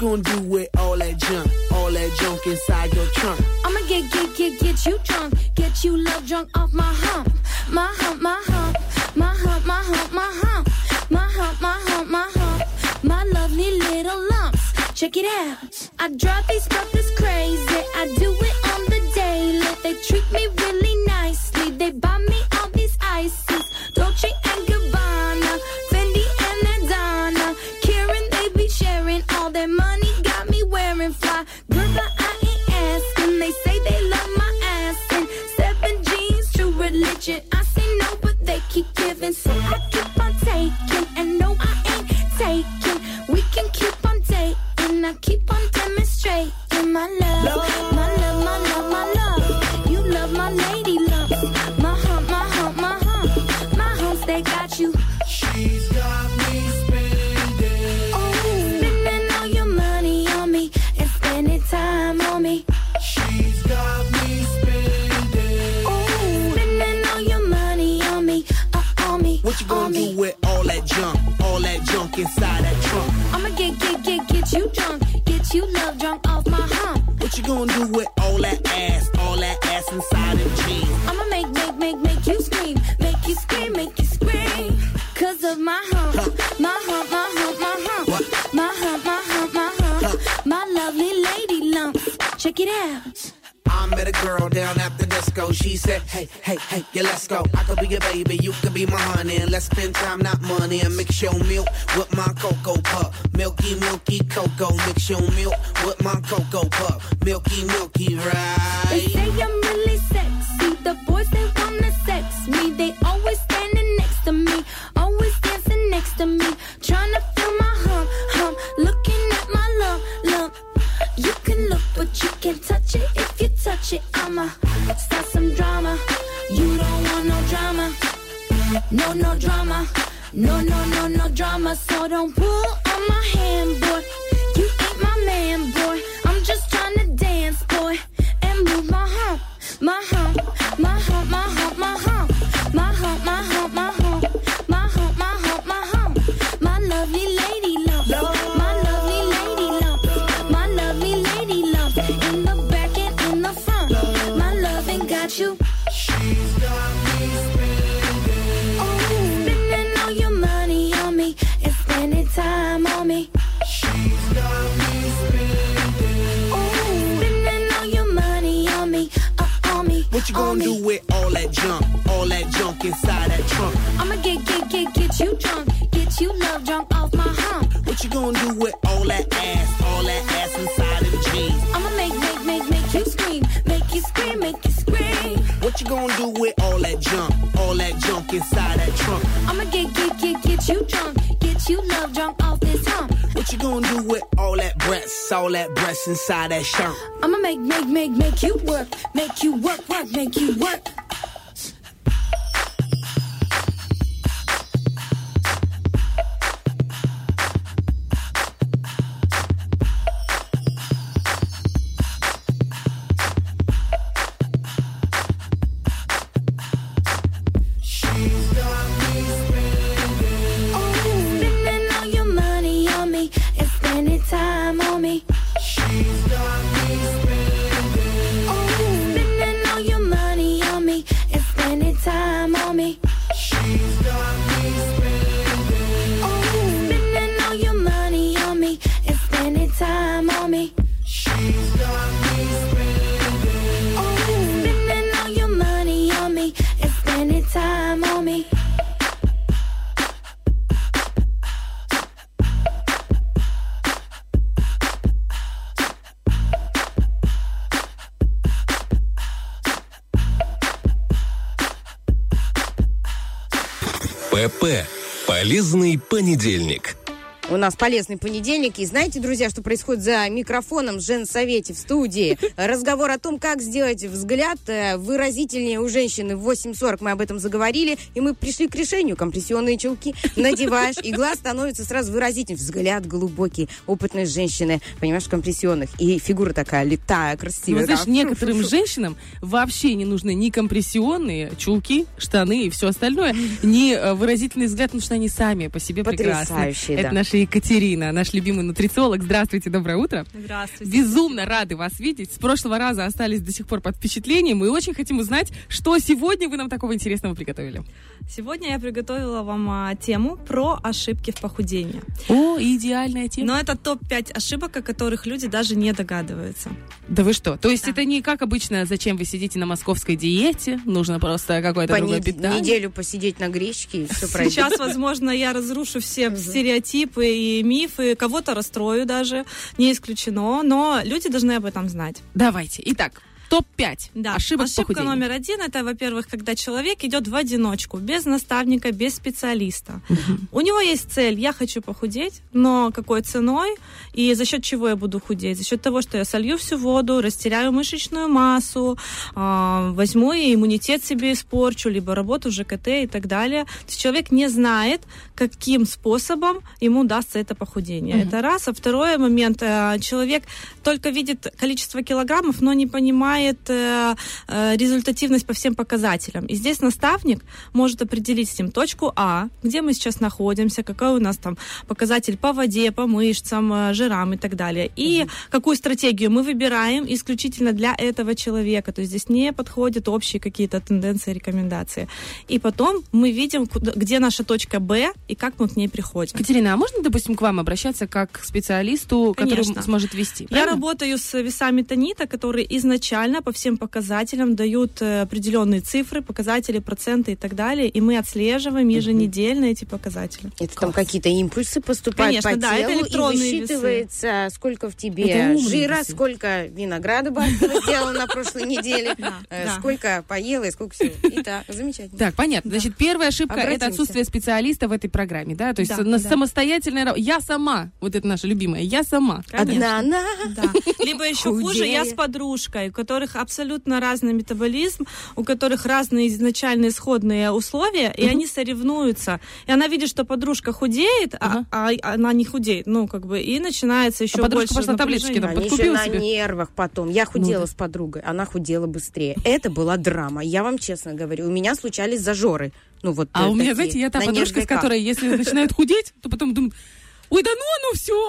[SPEAKER 3] gonna do with all that junk inside your trunk?
[SPEAKER 6] I'ma get you drunk, get you love drunk off my hump, my hump, my hump, my hump, my hump, my hump, my hump, my hump, my hump, my lovely little lumps. Check it out. I drive these brothers crazy. I do it on the daily. They treat me really nicely. They buy me all these ices, Dolce and Gabbana, Fendi and Adana. Karen, they be sharing all their money. Got me wearing fly. Girl, but I ain't asking. They say they love my ass and 7 jeans, true religion. I say no, but they keep giving, so I keep on taking. And no, I ain't taking. We can keep on dating. I keep on demonstrating my love, my love, my love, my love. You love my lady love. My hump, my hump, my hump. My humps, they got you.
[SPEAKER 3] She's got me spending.
[SPEAKER 6] Oh, spending all your money on me and spending time on me.
[SPEAKER 3] She's got me spending.
[SPEAKER 6] Oh, spending all your money on me, on me.
[SPEAKER 3] What you gonna do with all that junk inside that trunk?
[SPEAKER 6] I'ma get you drunk, get you love drunk off my hump.
[SPEAKER 3] What you gonna do with all that ass inside them jeans?
[SPEAKER 6] I'ma make you scream, make you scream, make you scream. Cause of my hump, my hump, my hump, my hump.
[SPEAKER 3] What?
[SPEAKER 6] My hump, my hump, my hump. My lovely lady lumps. Check it out.
[SPEAKER 3] I met a girl down at the disco. She said, hey, yeah, let's go. I could be your baby, you could be my honey. And let's spend time, not money. And mix your milk with my Cocoa Puff. Milky, milky cocoa. Mix your milk with my Cocoa Puff. Milky, milky, right?
[SPEAKER 6] They say I'm really sexy. The boys, they wanna sex me. They always standing next to me. Always dancing next to me. Trying to feel my hump. Looking at my lump. You can look, but you can't touch it. If you touch it, I'ma start some drama. You don't want no drama. No drama. No drama. So don't pull on my hand, boy. You ain't my man, boy. I'm just trying to dance, boy. And move my hump. My hump. My hump, my hump, my hump. My hump, my hump, my hump. My hump, my hump, my hump. My lovely lady love. My lovely lady love. My lovely lady love. In the back and in the front. My loving got you.
[SPEAKER 3] She's got me spending.
[SPEAKER 6] Oh, spending all your money on me and spending time on me.
[SPEAKER 3] She's got me spending.
[SPEAKER 6] Oh, spending all your money on me, on me.
[SPEAKER 3] What you gonna do with all that junk inside that trunk?
[SPEAKER 6] I'ma get you drunk, get you love drunk off my hump.
[SPEAKER 3] What you gonna do with all that ass inside them jeans?
[SPEAKER 6] I'ma make you scream, make you scream, make you scream.
[SPEAKER 3] What you gonna do with all that junk inside that trunk?
[SPEAKER 6] I'ma get you drunk, get you love drunk off this hump.
[SPEAKER 3] What you gonna do with all that breasts inside that shirt?
[SPEAKER 6] I'ma make you work, make you work, make you work.
[SPEAKER 3] Time on me. She's got me spending.
[SPEAKER 6] Oh, spending all your money on me and spending time on me.
[SPEAKER 3] She's got me spending.
[SPEAKER 6] Oh, spending all your money on me and spending time on me.
[SPEAKER 3] She's got me spending.
[SPEAKER 6] Oh, spending all your money on me and spending time on me.
[SPEAKER 10] ПП. Полезный понедельник.
[SPEAKER 2] У нас полезный понедельник. И знаете, друзья, что происходит за микрофоном в женсовете в студии? Разговор о том, как сделать взгляд выразительнее у женщины. В 8:40 мы об этом заговорили, и мы пришли к решению. Компрессионные чулки надеваешь, и глаз становится сразу выразительным. Взгляд глубокий, опытной женщины, понимаешь, компрессионных. И фигура такая летая, красивая.
[SPEAKER 4] Ну, знаешь, некоторым женщинам вообще не нужны ни компрессионные чулки, штаны и все остальное, ни выразительный взгляд, потому что они сами по себе прекрасны.
[SPEAKER 2] Потрясающие, да.
[SPEAKER 4] Это наши Екатерина, наш любимый нутрициолог. Здравствуйте, доброе утро.
[SPEAKER 11] Здравствуйте.
[SPEAKER 4] Безумно рады вас видеть. С прошлого раза остались до сих пор под впечатлением. И очень хотим узнать, что сегодня вы нам такого интересного приготовили.
[SPEAKER 11] Сегодня я приготовила вам тему про ошибки в похудении.
[SPEAKER 4] О, идеальная тема.
[SPEAKER 11] Но это топ-5 ошибок, о которых люди даже не догадываются.
[SPEAKER 4] Да вы что? То есть это не как обычно, зачем вы сидите на московской диете, нужно просто какое-то другое питание?
[SPEAKER 2] Неделю посидеть на гречке и все пройдет.
[SPEAKER 11] Сейчас, возможно, я разрушу все стереотипы и мифы, кого-то расстрою даже, не исключено, но люди должны об этом знать.
[SPEAKER 4] Давайте. Итак, топ-5 ошибок в
[SPEAKER 11] Ошибка
[SPEAKER 4] похудении.
[SPEAKER 11] номер 1 – это, во-первых, когда человек идет в одиночку, без наставника, без специалиста. У него есть цель – я хочу похудеть, но какой ценой и за счет чего я буду худеть? За счет того, что я солью всю воду, растеряю мышечную массу, возьму и иммунитет себе испорчу, либо работу в ЖКТ и так далее. То есть человек не знает, каким способом ему удастся это похудение. Это раз. А второй момент – человек только видит количество килограммов, но не понимает результативность по всем показателям. И здесь наставник может определить с ним точку А, где мы сейчас находимся, какой у нас там показатель по воде, по мышцам, жирам и так далее. И какую стратегию мы выбираем исключительно для этого человека. То есть здесь не подходят общие какие-то тенденции, рекомендации. И потом мы видим, где наша точка Б и как мы к ней приходим.
[SPEAKER 4] Катерина, а можно, допустим, к вам обращаться как к специалисту, который сможет вести?
[SPEAKER 11] Я работаю с весами Танита, которые изначально по всем показателям дают определенные цифры, показатели, проценты и так далее, и мы отслеживаем еженедельно эти показатели.
[SPEAKER 2] Это там какие-то импульсы поступают по телу,
[SPEAKER 11] это электронные
[SPEAKER 2] и высчитывается, сколько в тебе жира, сколько винограда Баркова сделала на прошлой неделе, сколько поела и сколько всего. Итак, замечательно.
[SPEAKER 4] Так, понятно. Значит, первая ошибка – это отсутствие специалиста в этой программе, да? То есть самостоятельная... Я сама, вот это наша любимая, я сама.
[SPEAKER 2] Одна она.
[SPEAKER 11] Либо еще хуже, я с подружкой, у которых абсолютно разный метаболизм, у которых разные изначальные исходные условия, и они соревнуются. И она видит, что подружка худеет, а она не худеет. Ну, как бы, и начинается еще
[SPEAKER 4] подружка
[SPEAKER 11] больше
[SPEAKER 4] пошла таблеточки там
[SPEAKER 2] подкупила себе. Они еще на нервах потом. Я худела с подругой, она худела быстрее. Это была драма. Я вам честно говорю, у меня случались зажоры. Ну, вот
[SPEAKER 4] у меня, знаете, я та подружка, с которой, если начинают худеть, то потом думают, ой, да ну все.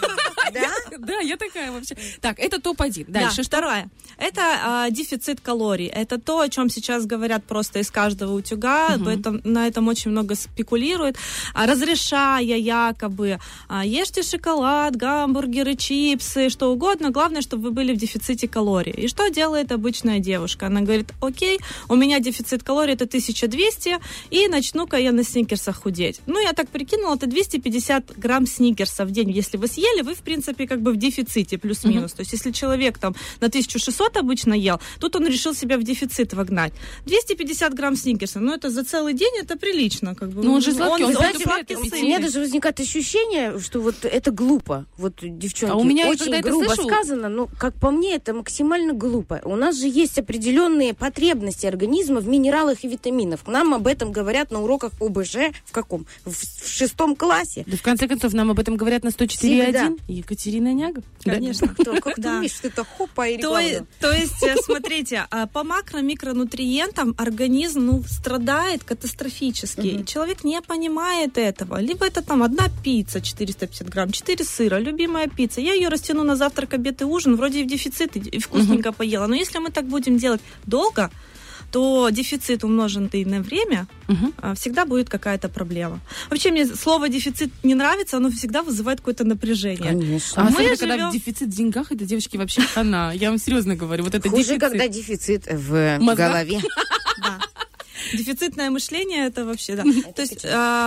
[SPEAKER 2] Да?
[SPEAKER 4] Да, я такая вообще. Так, это топ-1. Дальше
[SPEAKER 11] что? Второе. Это дефицит калорий. Это то, о чем сейчас говорят просто из каждого утюга. На этом очень много спекулируют. Разрешая якобы, ешьте шоколад, гамбургеры, чипсы, что угодно. Главное, чтобы вы были в дефиците калорий. И что делает обычная девушка? Она говорит, окей, у меня дефицит калорий это 1200, и начну-ка я на сникерсах худеть. Ну, я так прикинула, это 250 грамм сникерса в день. Если вы съели, вы, в принципе, как бы в дефиците, плюс-минус. То есть, если человек там на 1600 обычно ел, тут он решил себя в дефицит вогнать. 250 грамм сникерса, ну, это за целый день, это прилично. Как бы.
[SPEAKER 4] Ну, он же сладкий, он
[SPEAKER 2] сладкий. У меня даже возникает ощущение, что вот это глупо. Вот, девчонки,
[SPEAKER 4] у меня,
[SPEAKER 2] очень грубо сказано, но, как по мне, это максимально глупо. У нас же есть определенные потребности организма в минералах и витаминах. Нам об этом говорят на уроках ОБЖ в каком? В 6 классе.
[SPEAKER 4] Да, в конце концов, нам об этом говорят на 104.1. Екатерина Няга.
[SPEAKER 11] Конечно.
[SPEAKER 2] Как ты умеешь, что это хопа и реклама?
[SPEAKER 11] То есть, смотрите, по макро-микронутриентам организм страдает катастрофически. И человек не понимает этого. Либо это там одна пицца, 450 грамм, 4 сыра, любимая пицца. Я ее растяну на завтрак, обед и ужин, вроде и в дефицит, и вкусненько поела. Но если мы так будем делать долго, то дефицит, умноженный на время, всегда будет какая-то проблема. Вообще, мне слово «дефицит» не нравится, оно всегда вызывает какое-то напряжение.
[SPEAKER 2] Конечно.
[SPEAKER 4] Особенно, когда дефицит в деньгах, это, девочки, вообще хана. Я вам серьезно говорю. Вот это
[SPEAKER 2] хуже,
[SPEAKER 4] дефицит.
[SPEAKER 2] Когда дефицит в голове.
[SPEAKER 11] Да. Дефицитное мышление это вообще, да. То есть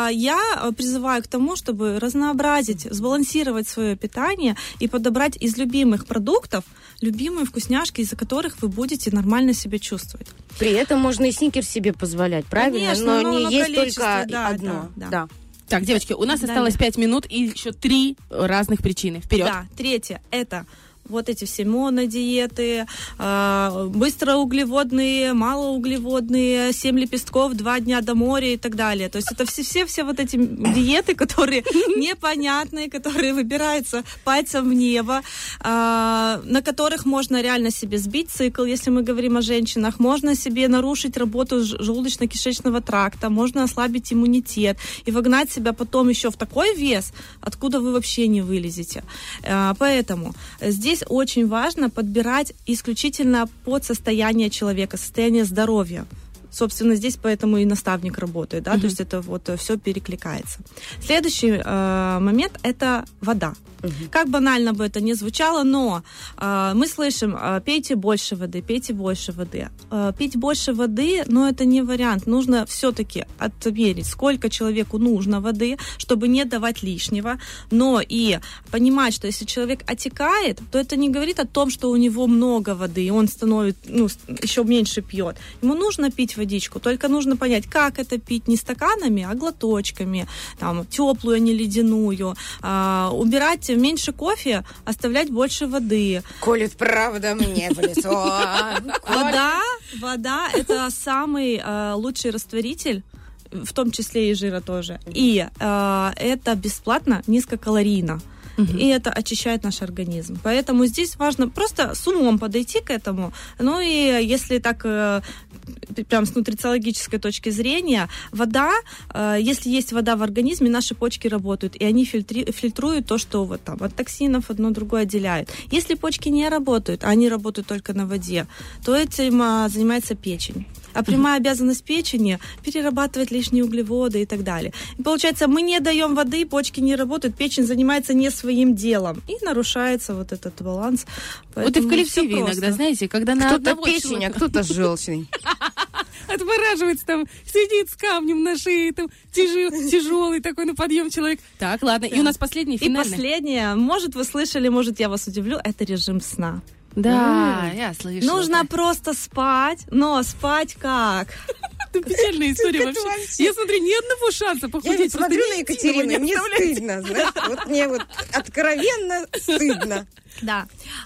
[SPEAKER 11] я призываю к тому, чтобы разнообразить, сбалансировать свое питание и подобрать из любимых продуктов любимые вкусняшки, из-за которых вы будете нормально себя чувствовать.
[SPEAKER 2] При этом можно и сникерс себе позволять, правильно?
[SPEAKER 11] Конечно,
[SPEAKER 2] но не есть только
[SPEAKER 11] одно.
[SPEAKER 2] Да.
[SPEAKER 4] Так, девочки, у нас осталось 5 минут и еще 3 разных причины. Вперед.
[SPEAKER 11] Да, третье – это вот эти все монодиеты, быстроуглеводные, малоуглеводные, 7 лепестков, 2 дня до моря и так далее. То есть это все вот эти диеты, которые непонятные, которые выбираются пальцем в небо, на которых можно реально себе сбить цикл, если мы говорим о женщинах, можно себе нарушить работу желудочно-кишечного тракта, можно ослабить иммунитет и вогнать себя потом еще в такой вес, откуда вы вообще не вылезете. Поэтому здесь очень важно подбирать исключительно под состояние человека, состояние здоровья. Собственно, здесь поэтому и наставник работает, да, то есть это вот все перекликается. Следующий момент – это вода. Как банально бы это ни звучало, но мы слышим, пейте больше воды, пейте больше воды. Пить больше воды, но это не вариант. Нужно все-таки отмерить, сколько человеку нужно воды, чтобы не давать лишнего, но и понимать, что если человек отекает, то это не говорит о том, что у него много воды, и он становится, еще меньше пьет. Ему нужно пить водичку, только нужно понять, как это пить не стаканами, а глоточками, там, теплую, а не ледяную, убирать меньше кофе, оставлять больше воды.
[SPEAKER 2] Колет правда мне в лицо.
[SPEAKER 11] Вода – это самый лучший растворитель, в том числе и жира тоже. И это бесплатно, низкокалорийно. И это очищает наш организм. Поэтому здесь важно просто с умом подойти к этому. Ну и если так прям с нутрициологической точки зрения, вода, если есть вода в организме, наши почки работают, и они фильтруют то, что вот там от токсинов одно другое отделяют. Если почки не работают, а они работают только на воде, то этим занимается печень. А прямая обязанность печени – перерабатывать лишние углеводы и так далее. И получается, мы не даем воды, почки не работают, печень занимается не своим делом. И нарушается вот этот баланс.
[SPEAKER 4] Поэтому вот и в коллективе иногда, знаете, когда на
[SPEAKER 2] кто-то печень, а кто-то желчный.
[SPEAKER 4] Отмораживается там, сидит с камнем на шее, там тяжелый такой на подъем человек. Так, ладно. И у нас последний, финальный.
[SPEAKER 11] И последнее, может, вы слышали, может, я вас удивлю, это режим сна.
[SPEAKER 4] Да, я слышала.
[SPEAKER 11] Нужно просто спать, но спать как?
[SPEAKER 4] Это печальная история вообще. Я смотрю, ни одного шанса похудеть.
[SPEAKER 2] Я смотрю на Екатерину, мне стыдно, знаешь, вот мне вот откровенно стыдно.
[SPEAKER 11] Да,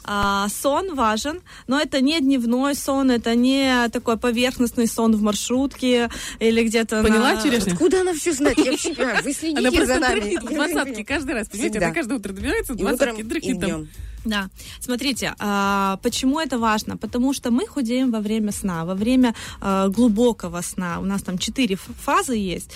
[SPEAKER 11] сон важен, но это не дневной сон, это не такой поверхностный сон в маршрутке или где-то.
[SPEAKER 4] Поняла, Черешня?
[SPEAKER 2] Откуда она все знает? Я вообще понимаю, вы следите за нами.
[SPEAKER 4] Она просто в 20-ке каждый раз, понимаете, она каждое утро добирается в 20-ке, дрыхнет там.
[SPEAKER 11] Да, смотрите, почему это важно? Потому что мы худеем во время сна, во время глубокого сна. У нас там 4 фазы есть,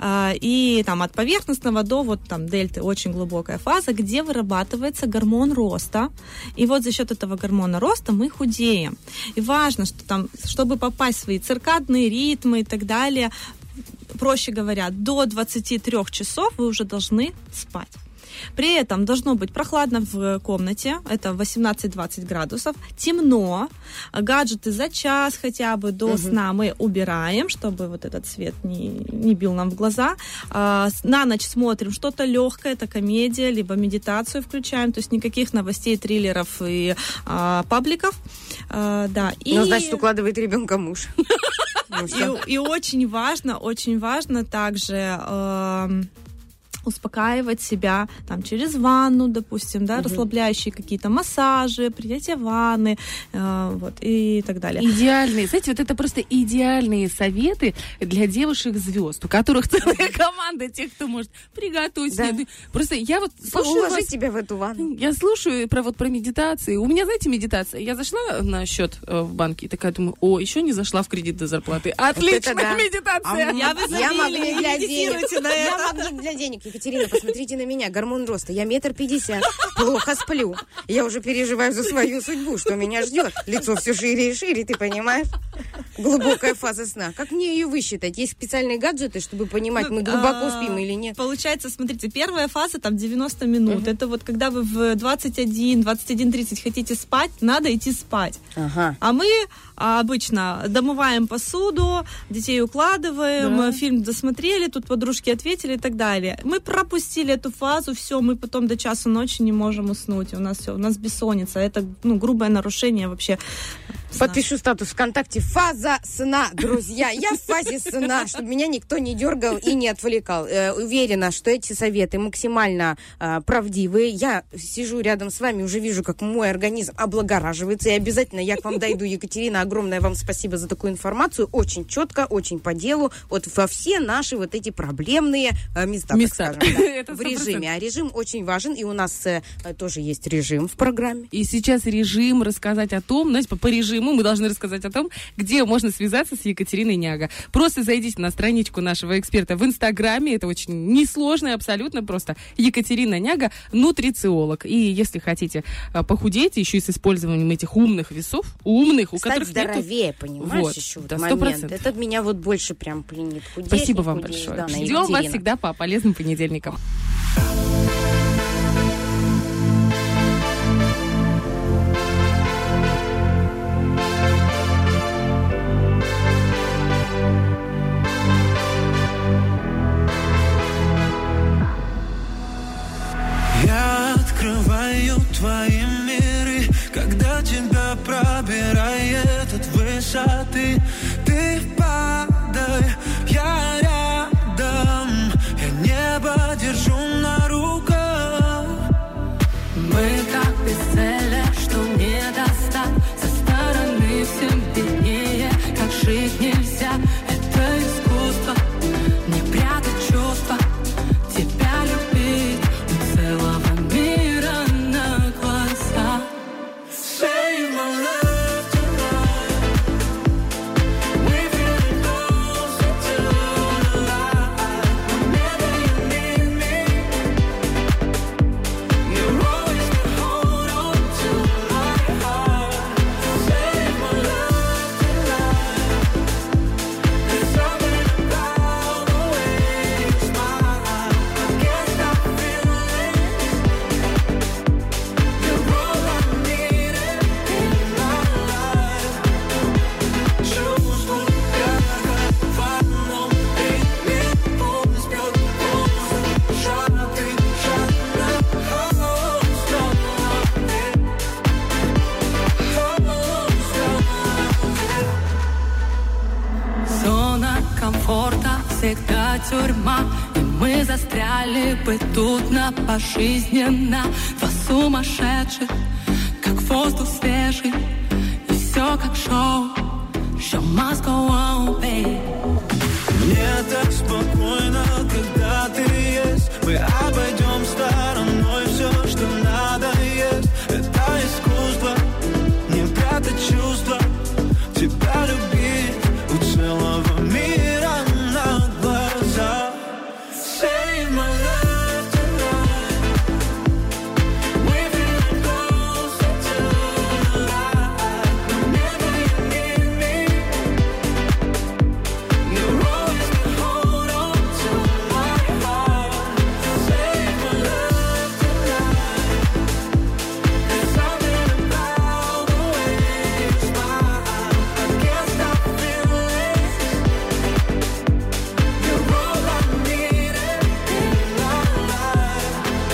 [SPEAKER 11] и там от поверхностного до вот там дельты очень глубокая фаза, где вырабатывается гормон роста. И вот за счет этого гормона роста мы худеем. И важно, что там, чтобы попасть в свои циркадные ритмы и так далее, проще говоря, до 23 часов вы уже должны спать. При этом должно быть прохладно в комнате, это 18-20 градусов, темно, гаджеты за час хотя бы до сна мы убираем, чтобы вот этот свет не бил нам в глаза. На ночь смотрим что-то легкое, это комедия, либо медитацию включаем, то есть никаких новостей, триллеров и пабликов. Да.
[SPEAKER 2] Ну, значит, укладывает ребенка муж.
[SPEAKER 11] И очень важно также успокаивать себя там через ванну, допустим, да, расслабляющие какие-то массажи, принятие ванны, вот, и так далее.
[SPEAKER 4] Идеальные, знаете, вот это просто идеальные советы для девушек-звезд, у которых целая команда тех, кто может приготовить. Да. Просто я вот слушаю
[SPEAKER 2] вас, тебя в эту ванну.
[SPEAKER 4] Я слушаю про медитации. У меня, знаете, медитация. Я зашла на счет в банке и такая думаю, еще не зашла в кредит до зарплаты. Отличная медитация.
[SPEAKER 2] Я магнит для денег. Я магнит для денег. Екатерина, посмотрите на меня, гормон роста. Я 1,50 м, плохо сплю. Я уже переживаю за свою судьбу, что меня ждет. Лицо все шире и шире, ты понимаешь? Глубокая фаза сна. Как мне ее высчитать? Есть специальные гаджеты, чтобы понимать, мы глубоко спим или нет?
[SPEAKER 11] Получается, смотрите, первая фаза там 90 минут. Это вот когда вы в 21-30 хотите спать, надо идти спать. А мы обычно домываем посуду, детей укладываем, фильм досмотрели, тут подружки ответили и так далее. Мы пропустили эту фазу, все, мы потом до часу ночи не можем уснуть. У нас бессонница. Это грубое нарушение вообще
[SPEAKER 2] Подпишу статус ВКонтакте: фаза сна, друзья. Я в фазе сна, чтобы меня никто не дергал и не отвлекал. Уверена, что эти советы максимально правдивые. Я сижу рядом с вами, уже вижу, как мой организм облагораживается. И обязательно я к вам дойду, Екатерина. Огромное вам спасибо за такую информацию. Очень четко, очень по делу. Вот во все наши вот эти проблемные места. Так скажем, да, в режиме. А режим очень важен. И у нас тоже есть режим в программе.
[SPEAKER 4] И сейчас режим рассказать о том, знаете, по режиму мы должны рассказать о том, где можно связаться с Екатериной Няга. Просто зайдите на страничку нашего эксперта в Инстаграме. Это очень несложно и абсолютно просто. Екатерина Няга, нутрициолог. И если хотите похудеть, еще и с использованием этих умных весов, умных, у которых
[SPEAKER 2] здоровее, понимаешь,
[SPEAKER 4] вот,
[SPEAKER 2] еще
[SPEAKER 4] да,
[SPEAKER 2] момент. Это меня вот больше прям пленит. Худеть,
[SPEAKER 4] спасибо вам
[SPEAKER 2] худеешь,
[SPEAKER 4] большое.
[SPEAKER 2] Да,
[SPEAKER 4] ждем вас всегда по полезным понедельникам.
[SPEAKER 3] Я открываю твои миры, когда тебя пробирает от высоты. Ты падай, я рядом, я небо держу на руках.
[SPEAKER 6] Мы как бестселлер, что не достать. Со стороны всем виднее, как жить нельзя. Это искусство, не прятать чувства, тебя любить у целого мира на глаза.
[SPEAKER 3] Save my love tonight. We feeling closer to the light. Whenever you need me, you always can hold on to my heart. Save my love tonight. There's something about the way you smile. I can't stop feeling. You're all I needed in my life. Чувствую, как в одном ритме пульс бьет пульс, жадный, жадно,
[SPEAKER 6] Зона комфорта всегда тюрьма, и мы застряли бы тут на пожизненно. Два сумасшедших, как воздух свежий, и все как шоу. Show must go on, babe.
[SPEAKER 3] Мне так спокойно, когда ты есть. Мы обойдем стороной все, что надо есть. Это искусство, не прятать чувства, тебя любить у целого мира на глаза. Save my love tonight. We feeling closer to the light. Whenever you need me, you always can hold on to my heart. Save my love tonight. There's something about the way you smile. I can't stop feeling. You're all I needed in my life.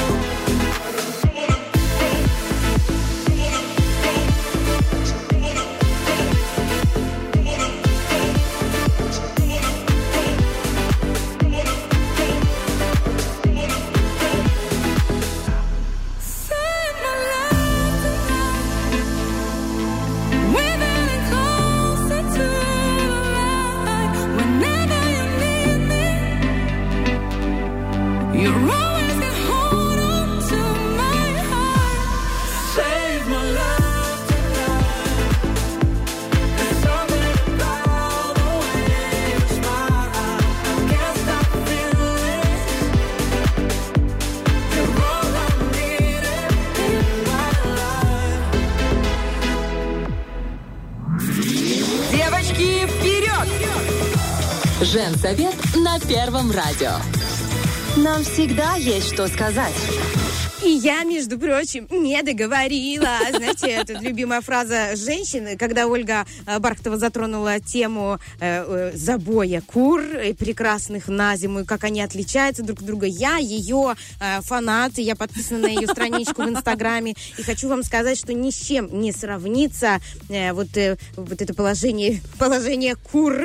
[SPEAKER 6] Save my love tonight. We're getting closer to the light. Whenever you need me, you're always gonna hold on to my heart.
[SPEAKER 3] Save my love tonight. There's something about the way you smile. I can't stop feeling. You're all I needed in my life.
[SPEAKER 1] Девочки, вперед! Женсовет на Первом радио. Нам всегда есть что сказать.
[SPEAKER 2] И я, между прочим, не договорила. Знаете, это любимая фраза женщин, когда Ольга Бархатова затронула тему забоя кур прекрасных на зиму, и как они отличаются друг от друга. Я ее фанат, я подписана на ее страничку в Инстаграме, и хочу вам сказать, что ни с чем не сравнится вот это положение кур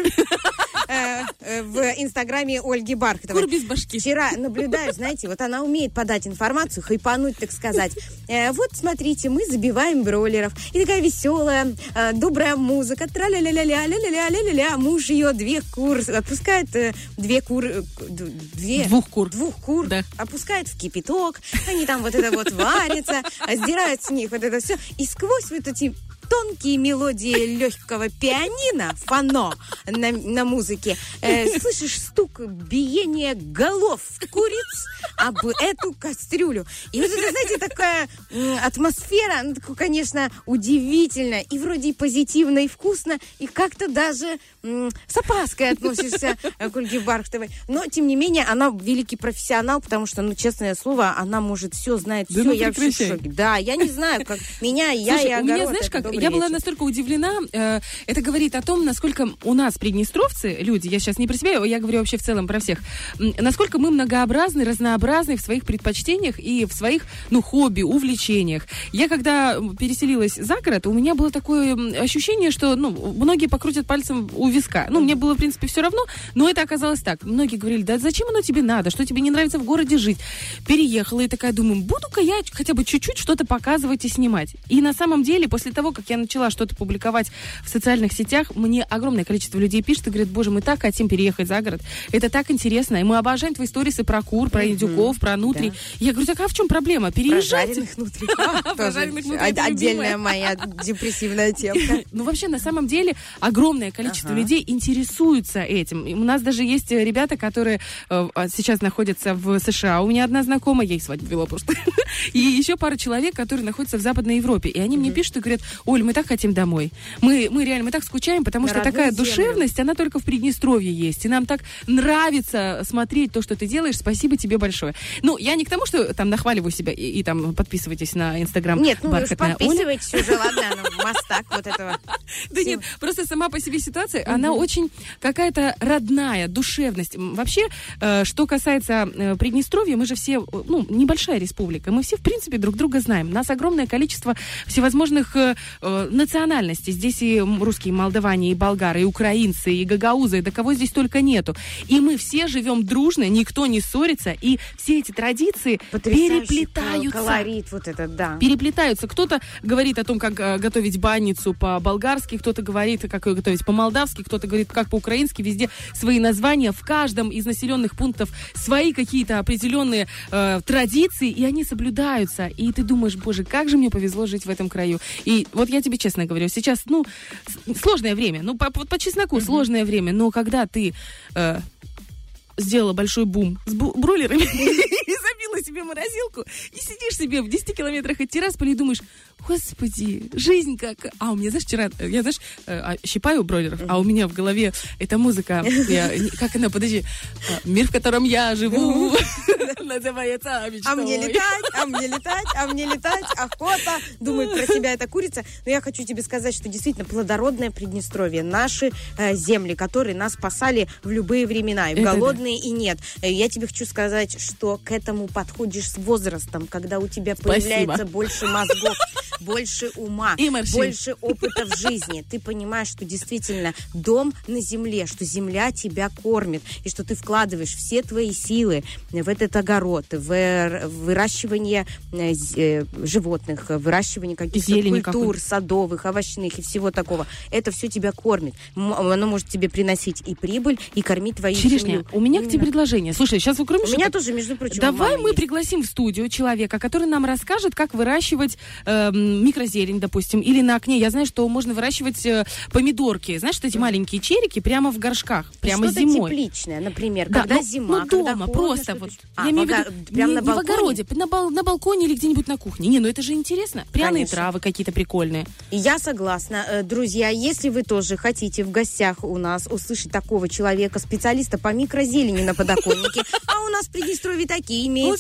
[SPEAKER 2] в Инстаграме Ольги Бархатовой.
[SPEAKER 4] Кур без башки.
[SPEAKER 2] Вчера наблюдаю, знаете, вот она умеет подать информацию, хайпануть, так сказать. Вот, смотрите, мы забиваем бройлеров. И такая веселая, добрая музыка. Тра-ля-ля-ля-ля-ля-ля-ля-ля-ля. Муж ее 2 кур отпускает, 2 кур...
[SPEAKER 4] Двух кур.
[SPEAKER 2] Да. Опускает в кипяток. Они там вот это вот варятся, сдирают с них вот это все. И сквозь вот эти тонкие мелодии легкого пианино, фано на музыке, слышишь стук, биение голов куриц об эту кастрюлю. И вот это, знаете, такая атмосфера, ну, такая, конечно, удивительная, и вроде и позитивно, и вкусно, и как-то даже с опаской относишься к Ольге Бархатовой. Но, тем не менее, она великий профессионал, потому что, ну, честное слово, она может все, знает все. Я вообще в шоке. Да, я не знаю, как меня, я и огород.
[SPEAKER 4] У меня, знаешь, как я была настолько удивлена, это говорит о том, насколько у нас, приднестровцы, люди, я сейчас не про себя, я говорю вообще в целом про всех, насколько мы многообразны, разнообразны в своих предпочтениях и в своих, ну, хобби, увлечениях. Я когда переселилась за город, у меня было такое ощущение, что, ну, многие покрутят пальцем у виска. Ну, мне было, в принципе, все равно, но это оказалось так. Многие говорили, да зачем оно тебе надо, что тебе не нравится в городе жить? Переехала и такая думаю, буду-ка я хотя бы чуть-чуть что-то показывать и снимать. И на самом деле, после того, как я начала что-то публиковать в социальных сетях, мне огромное количество людей пишет и говорит, боже, мы так хотим переехать за город. Это так интересно. И мы обожаем твои сторисы про кур, про индюков, про нутри. Да. Я говорю, так а в чем проблема? Переезжайте.
[SPEAKER 2] Про жареных нутри. Отдельная моя депрессивная темка.
[SPEAKER 4] Ну, вообще, на самом деле, огромное количество людей интересуются этим. У нас даже есть ребята, которые сейчас находятся в США. У меня одна знакомая, я ей свадьбу вела просто. И еще пара человек, которые находятся в Западной Европе. И они мне пишут и говорят, Оль, мы так хотим домой. Мы реально, мы так скучаем, потому что такая душевность, она только в Приднестровье есть. И нам так нравится смотреть то, что ты делаешь. Спасибо тебе большое. Ну, я не к тому, что там нахваливаю себя и там подписывайтесь на Инстаграм.
[SPEAKER 2] Нет, ну вы же подписывайтесь уже, ладно, мастак вот этого.
[SPEAKER 4] Да нет, просто сама по себе ситуация, она очень какая-то родная, душевность. Вообще, что касается Приднестровья, мы же все, ну, небольшая республика, мы все, в принципе, друг друга знаем. Нас огромное количество всевозможных национальностей. Здесь и русские, и молдаване, и болгары, и украинцы, и гагаузы, да кого здесь только нету. И мы все живем дружно, никто не ссорится, и все эти традиции переплетаются.
[SPEAKER 2] Колорит вот этот, да.
[SPEAKER 4] Переплетаются. Кто-то говорит о том, как готовить банницу по-болгарски, кто-то говорит, как ее готовить по-молдавски, кто-то говорит, как по-украински. Везде свои названия. В каждом из населенных пунктов свои какие-то определенные традиции, и они соблюдаются. И ты думаешь, боже, как же мне повезло жить в этом краю. И вот я тебе честно говорю, сейчас, ну, сложное время. Ну, по чесноку, сложное время. Но когда ты сделала большой бум с бройлерами и забила себе морозилку, и сидишь себе в 10 километрах от Тирасполя и думаешь, господи, жизнь как... А у меня, знаешь, вчера, я, знаешь, щипаю бройлеров, а у меня в голове эта музыка, как она, подожди, мир, в котором я живу, называется мечтой.
[SPEAKER 2] А мне летать, охота. Думает про себя эта курица. Но я хочу тебе сказать, что действительно плодородное Приднестровье, наши земли, которые нас спасали в любые времена, и в голодные, и нет. Я тебе хочу сказать, что к этому подходишь с возрастом, когда у тебя появляется больше мозгов, больше ума, больше опыта в жизни. Ты понимаешь, что действительно дом на земле, что земля тебя кормит, и что ты вкладываешь все твои силы в этот огород, в выращивание животных, выращивание каких-то культур, садовых, овощных и всего такого. Это все тебя кормит. Оно может тебе приносить и прибыль, и кормить твою семью.
[SPEAKER 4] У меня к тебе предложение. Слушай, сейчас кроме
[SPEAKER 2] шуток. У меня тоже, между прочим,
[SPEAKER 4] давай мы пригласим в студию человека, который нам расскажет, как выращивать микрозелень, допустим, или на окне. Я знаю, что можно выращивать помидорки. Знаешь, что эти маленькие черики прямо в горшках, прямо
[SPEAKER 2] что-то
[SPEAKER 4] зимой.
[SPEAKER 2] Что-то тепличное, например, да, когда зима,
[SPEAKER 4] когда дома, просто вот. Я имею в виду, прямо на балконе? В огороде, на балконе или где-нибудь на кухне. Не, ну это же интересно. Пряные травы какие-то прикольные.
[SPEAKER 2] Я согласна. Друзья, если вы тоже хотите в гостях у нас услышать такого человека, специалиста по микрозелени на подоконнике, а у нас в Приднестровье такие имеются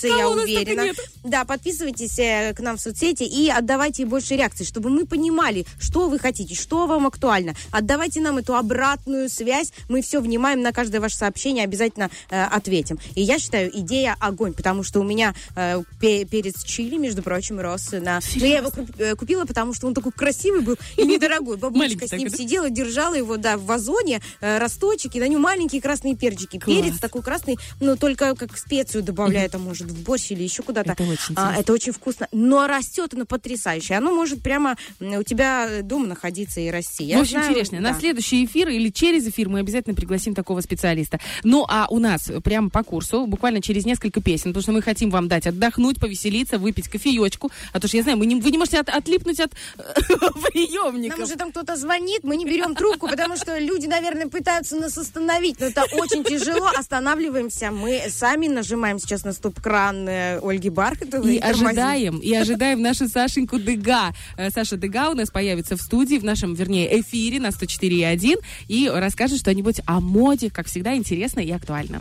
[SPEAKER 2] появится, я уверена. Да, подписывайтесь к нам в соцсети и отдавайте больше реакций, чтобы мы понимали, что вы хотите, что вам актуально. Отдавайте нам эту обратную связь. Мы все внимаем, на каждое ваше сообщение обязательно ответим. И я считаю, идея огонь, потому что у меня перец чили, между прочим, рос на... Но я его купила, потому что он такой красивый был и недорогой. Бабулечка с ним сидела, держала его, да, в вазоне, росточек, и на нем маленькие красные перчики.
[SPEAKER 4] Класс.
[SPEAKER 2] Перец такой красный, но только как специю добавляют, а может в борщ или еще куда-то. Это очень вкусно. Но растет оно потрясающе. Оно может прямо у тебя дома находиться и расти.
[SPEAKER 4] В общем, интересно. Да. На следующий эфир или через эфир мы обязательно пригласим такого специалиста. Ну, а у нас прямо по курсу, буквально через несколько песен, потому что мы хотим вам дать отдохнуть, повеселиться, выпить кофеечку. А то что, я знаю, вы не можете отлипнуть от приемников.
[SPEAKER 2] Нам уже там кто-то звонит, мы не берем трубку, потому что люди, наверное, пытаются нас остановить. Но это очень тяжело. Останавливаемся. Мы сами нажимаем сейчас на стоп-кран Ольги Бархатовой.
[SPEAKER 4] И ожидаем нашу Сашеньку Дега. Саша Дега у нас появится в студии, в нашем, вернее, эфире на 104.1 и расскажет что-нибудь о моде, как всегда, интересно и актуально.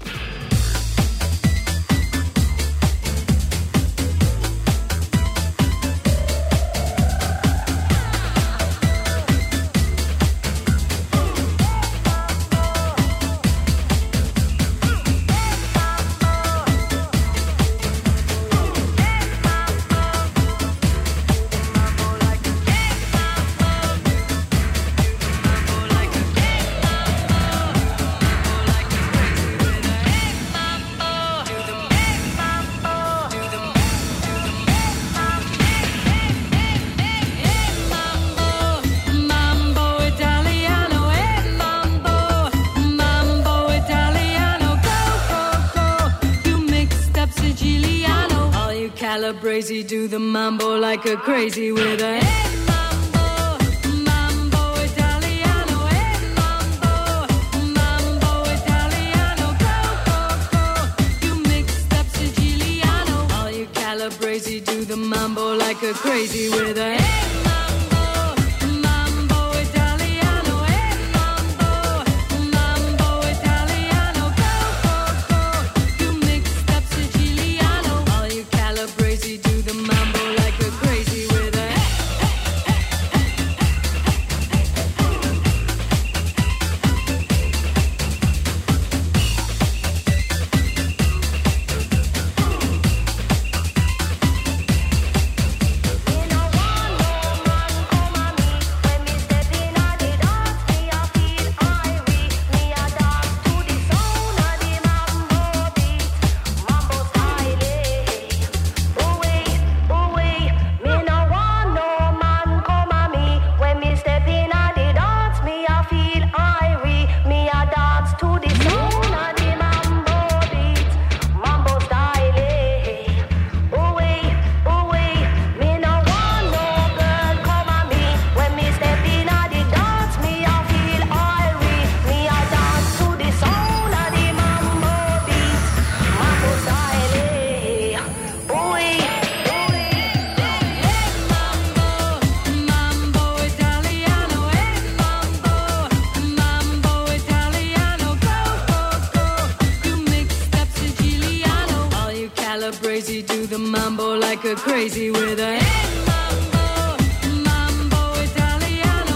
[SPEAKER 12] Crazy, do the mambo like a crazy with a mambo Italiano, mambo Italiano, go. You mixed up Siciliano, all you Calabrese do the mambo like a crazy with a mambo Italiano, mambo Italiano, go. You mixed up Siciliano, all you Calabrese do the mambo like a crazy with a Crazy do the mambo like a crazy with a mambo Italiano,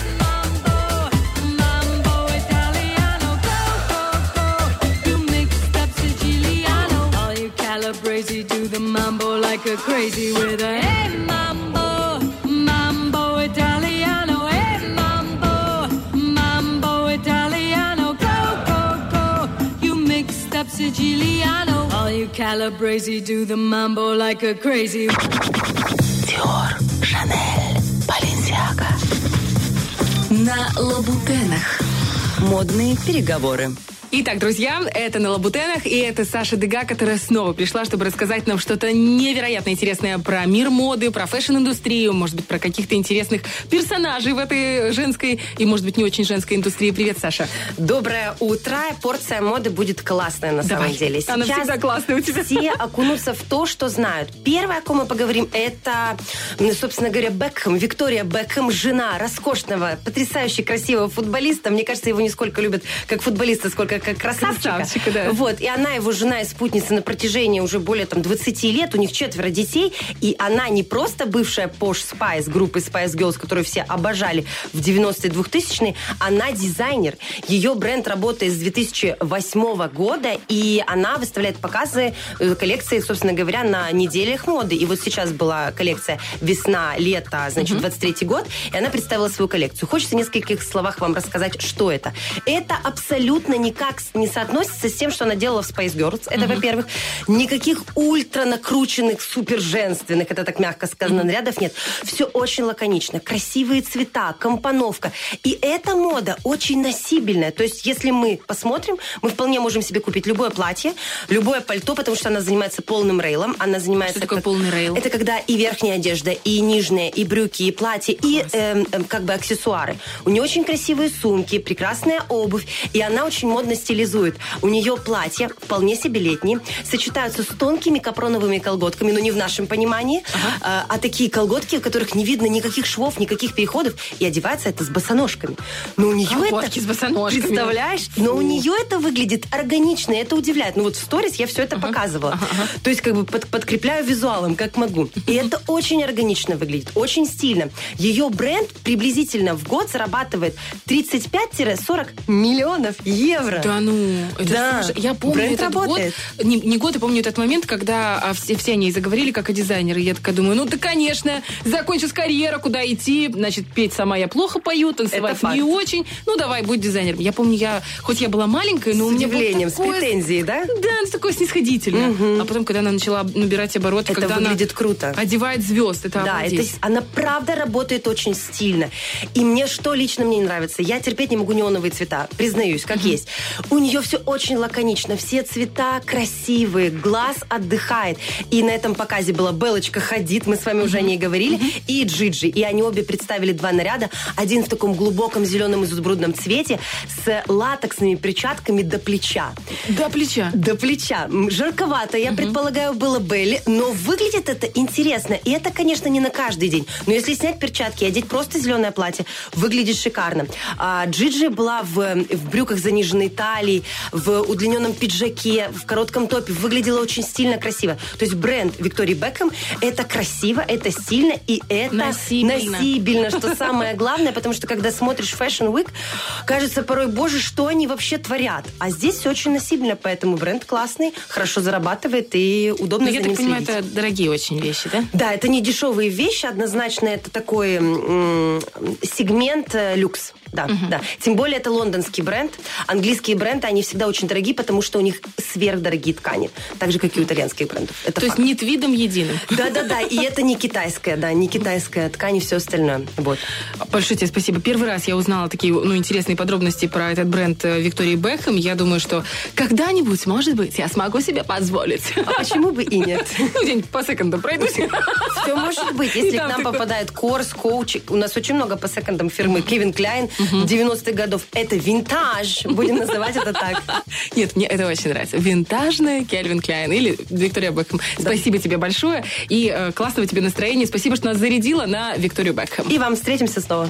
[SPEAKER 12] mambo Italiano, go. You mixed up Siciliano, all you Calabrese do the mambo like a crazy with a mambo Italiano, mambo Italiano, go. You mixed up Siciliano, all you Calabrese do the mambo like a crazy.
[SPEAKER 1] Dior, Chanel, Balenciaga. На Лабутенах. Модные переговоры.
[SPEAKER 4] Итак, друзья, это на Лабутенах, и это Саша Дега, которая снова пришла, чтобы рассказать нам что-то невероятно интересное про мир моды, про фэшн-индустрию, может быть, про каких-то интересных персонажей в этой женской и, может быть, не очень женской индустрии. Привет, Саша.
[SPEAKER 13] Доброе утро. Порция моды будет классная на самом деле.
[SPEAKER 4] Сейчас она всегда классная у тебя.
[SPEAKER 13] Все окунутся в то, что знают. Первое, о ком мы поговорим, это, собственно говоря, Бекхэм. Виктория Бекхэм, жена роскошного, потрясающе красивого футболиста. Мне кажется, его не сколько любят как футболиста, сколько красавчика.
[SPEAKER 4] Красавчика, да.
[SPEAKER 13] Вот, и она его жена и спутница на протяжении уже более 20 лет, у них 4 детей, и она не просто бывшая Posh Spice, группы Spice Girls, которую все обожали в 90-е, 2000-е, она дизайнер. Ее бренд работает с 2008 года, и она выставляет показы, коллекции, собственно говоря, на неделях моды. И вот сейчас была коллекция весна-лето, значит, 23-й год, и она представила свою коллекцию. Хочется в нескольких словах вам рассказать, что это. Это абсолютно никак не соотносится с тем, что она делала в Spice Girls. Это, во-первых. Никаких ультра накрученных, супер женственных, это так мягко сказано, нарядов нет. Все очень лаконично. Красивые цвета, компоновка. И эта мода очень носибельная. То есть, если мы посмотрим, мы вполне можем себе купить любое платье, любое пальто, потому что она занимается полным рейлом. Она занимается...
[SPEAKER 4] Что такое полный рейл?
[SPEAKER 13] Это когда и верхняя одежда, и нижняя, и брюки, и платье, и как бы аксессуары. У нее очень красивые сумки, прекрасная обувь, и она очень модно стилизует. У нее платья вполне себе летние, сочетаются с тонкими капроновыми колготками, но не в нашем понимании, а такие колготки, в которых не видно никаких швов, никаких переходов, и одевается это с босоножками. Но у нее
[SPEAKER 4] колготки
[SPEAKER 13] это...
[SPEAKER 4] с босоножками.
[SPEAKER 13] Представляешь? Но у нее это выглядит органично, и это удивляет. Ну вот в сторис я все это показывала. То есть как бы подкрепляю визуалом, как могу. И это очень органично выглядит, очень стильно. Ее бренд приблизительно в год зарабатывает 35-40 миллионов евро.
[SPEAKER 4] Да ну, это
[SPEAKER 13] да.
[SPEAKER 4] Я помню
[SPEAKER 13] Бренд
[SPEAKER 4] этот
[SPEAKER 13] работает.
[SPEAKER 4] год, не год, я помню этот момент, когда все о ней заговорили как о дизайнере. Я такая думаю, ну да, конечно, закончишь карьеру, куда идти, значит, петь сама я плохо пою, танцевать не очень, ну давай, будь дизайнером. Я помню, хоть я была маленькая, но
[SPEAKER 13] с
[SPEAKER 4] у меня
[SPEAKER 13] удивлением,
[SPEAKER 4] было такое...
[SPEAKER 13] с претензией, да?
[SPEAKER 4] Да, такое снисходительное. А потом, когда она начала набирать обороты,
[SPEAKER 13] это
[SPEAKER 4] когда
[SPEAKER 13] выглядит
[SPEAKER 4] она
[SPEAKER 13] круто.
[SPEAKER 4] Одевает звезд, это
[SPEAKER 13] да,
[SPEAKER 4] обалдеть.
[SPEAKER 13] Она правда работает очень стильно. И мне что лично мне не нравится? Я терпеть не могу неоновые цвета, признаюсь, как есть. У нее все очень лаконично, все цвета красивые, глаз отдыхает. И на этом показе была Белочка Хадид, мы с вами уже о ней говорили, и Джиджи. И они обе представили 2 наряда. Один в таком глубоком зеленом изумрудном цвете с латексными перчатками до плеча.
[SPEAKER 4] До плеча?
[SPEAKER 13] До плеча. Жарковато, я предполагаю, было Белли, но выглядит это интересно. И это, конечно, не на каждый день. Но если снять перчатки и одеть просто зеленое платье, выглядит шикарно. Джиджи была в брюках заниженной талии, в удлиненном пиджаке, в коротком топе. Выглядела очень стильно, красиво. То есть бренд Виктории Бекхэм — это красиво, это стильно и это носибельно, что самое главное, потому что когда смотришь Fashion Week, кажется порой, боже, что они вообще творят. А здесь все очень носибельно, поэтому бренд классный, хорошо зарабатывает и удобно за ним следить.
[SPEAKER 4] Я так понимаю, это дорогие очень вещи, да?
[SPEAKER 13] Да, это не дешевые вещи, однозначно это такой сегмент люкс. Да, да. Тем более это лондонский бренд. Английские бренды, они всегда очень дорогие, потому что у них сверхдорогие ткани. Так же, как и у итальянских брендов. Это
[SPEAKER 4] то
[SPEAKER 13] факт.
[SPEAKER 4] Есть нет видом единым.
[SPEAKER 13] Да. И это не китайская, не китайская ткань и все остальное. Вот.
[SPEAKER 4] Большое тебе спасибо. Первый раз я узнала такие интересные подробности про этот бренд Виктории Бекхэм. Я думаю, что когда-нибудь, может быть, я смогу себе позволить.
[SPEAKER 13] А почему бы и нет?
[SPEAKER 4] Ну, где-нибудь по секондам пройдусь.
[SPEAKER 13] Все может быть. Если к нам попадает Корс, Коуч, у нас очень много по секондам фирмы Кевин Кляйн 90-х годов. Это винтаж. Будем называть это так.
[SPEAKER 4] Нет, мне это очень нравится. Винтажная Кельвин Кляйн или Виктория Бекхэм. Спасибо тебе большое. И классного тебе настроения. Спасибо, что нас зарядила на Викторию Бекхэм.
[SPEAKER 13] И вам встретимся снова.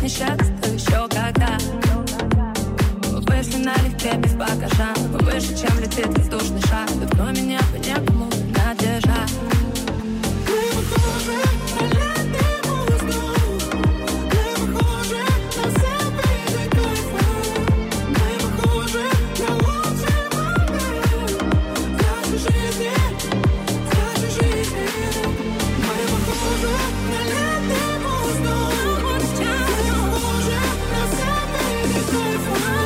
[SPEAKER 6] не сейчас, то еще когда. Мы вышли налегке без багажа, мы выше, чем летит воздушный шар. Давно меня по некому принадлежат. Мы похожи на летний воздух, мы похожи на забытый кайф. Мы похожи на лучший момент нашей жизни, нашей жизни. Мы похожи на летний воздух, мы похожи на забытый кайф.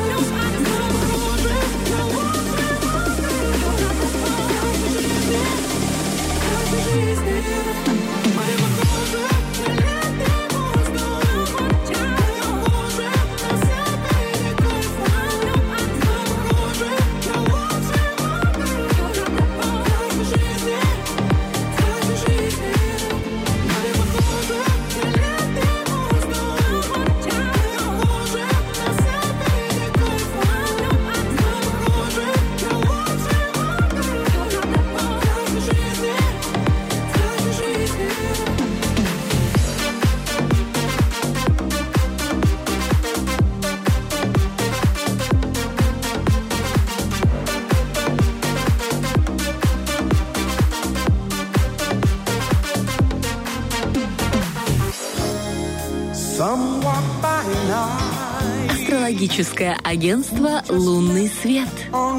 [SPEAKER 1] Астрологическое агентство «Лунный свет».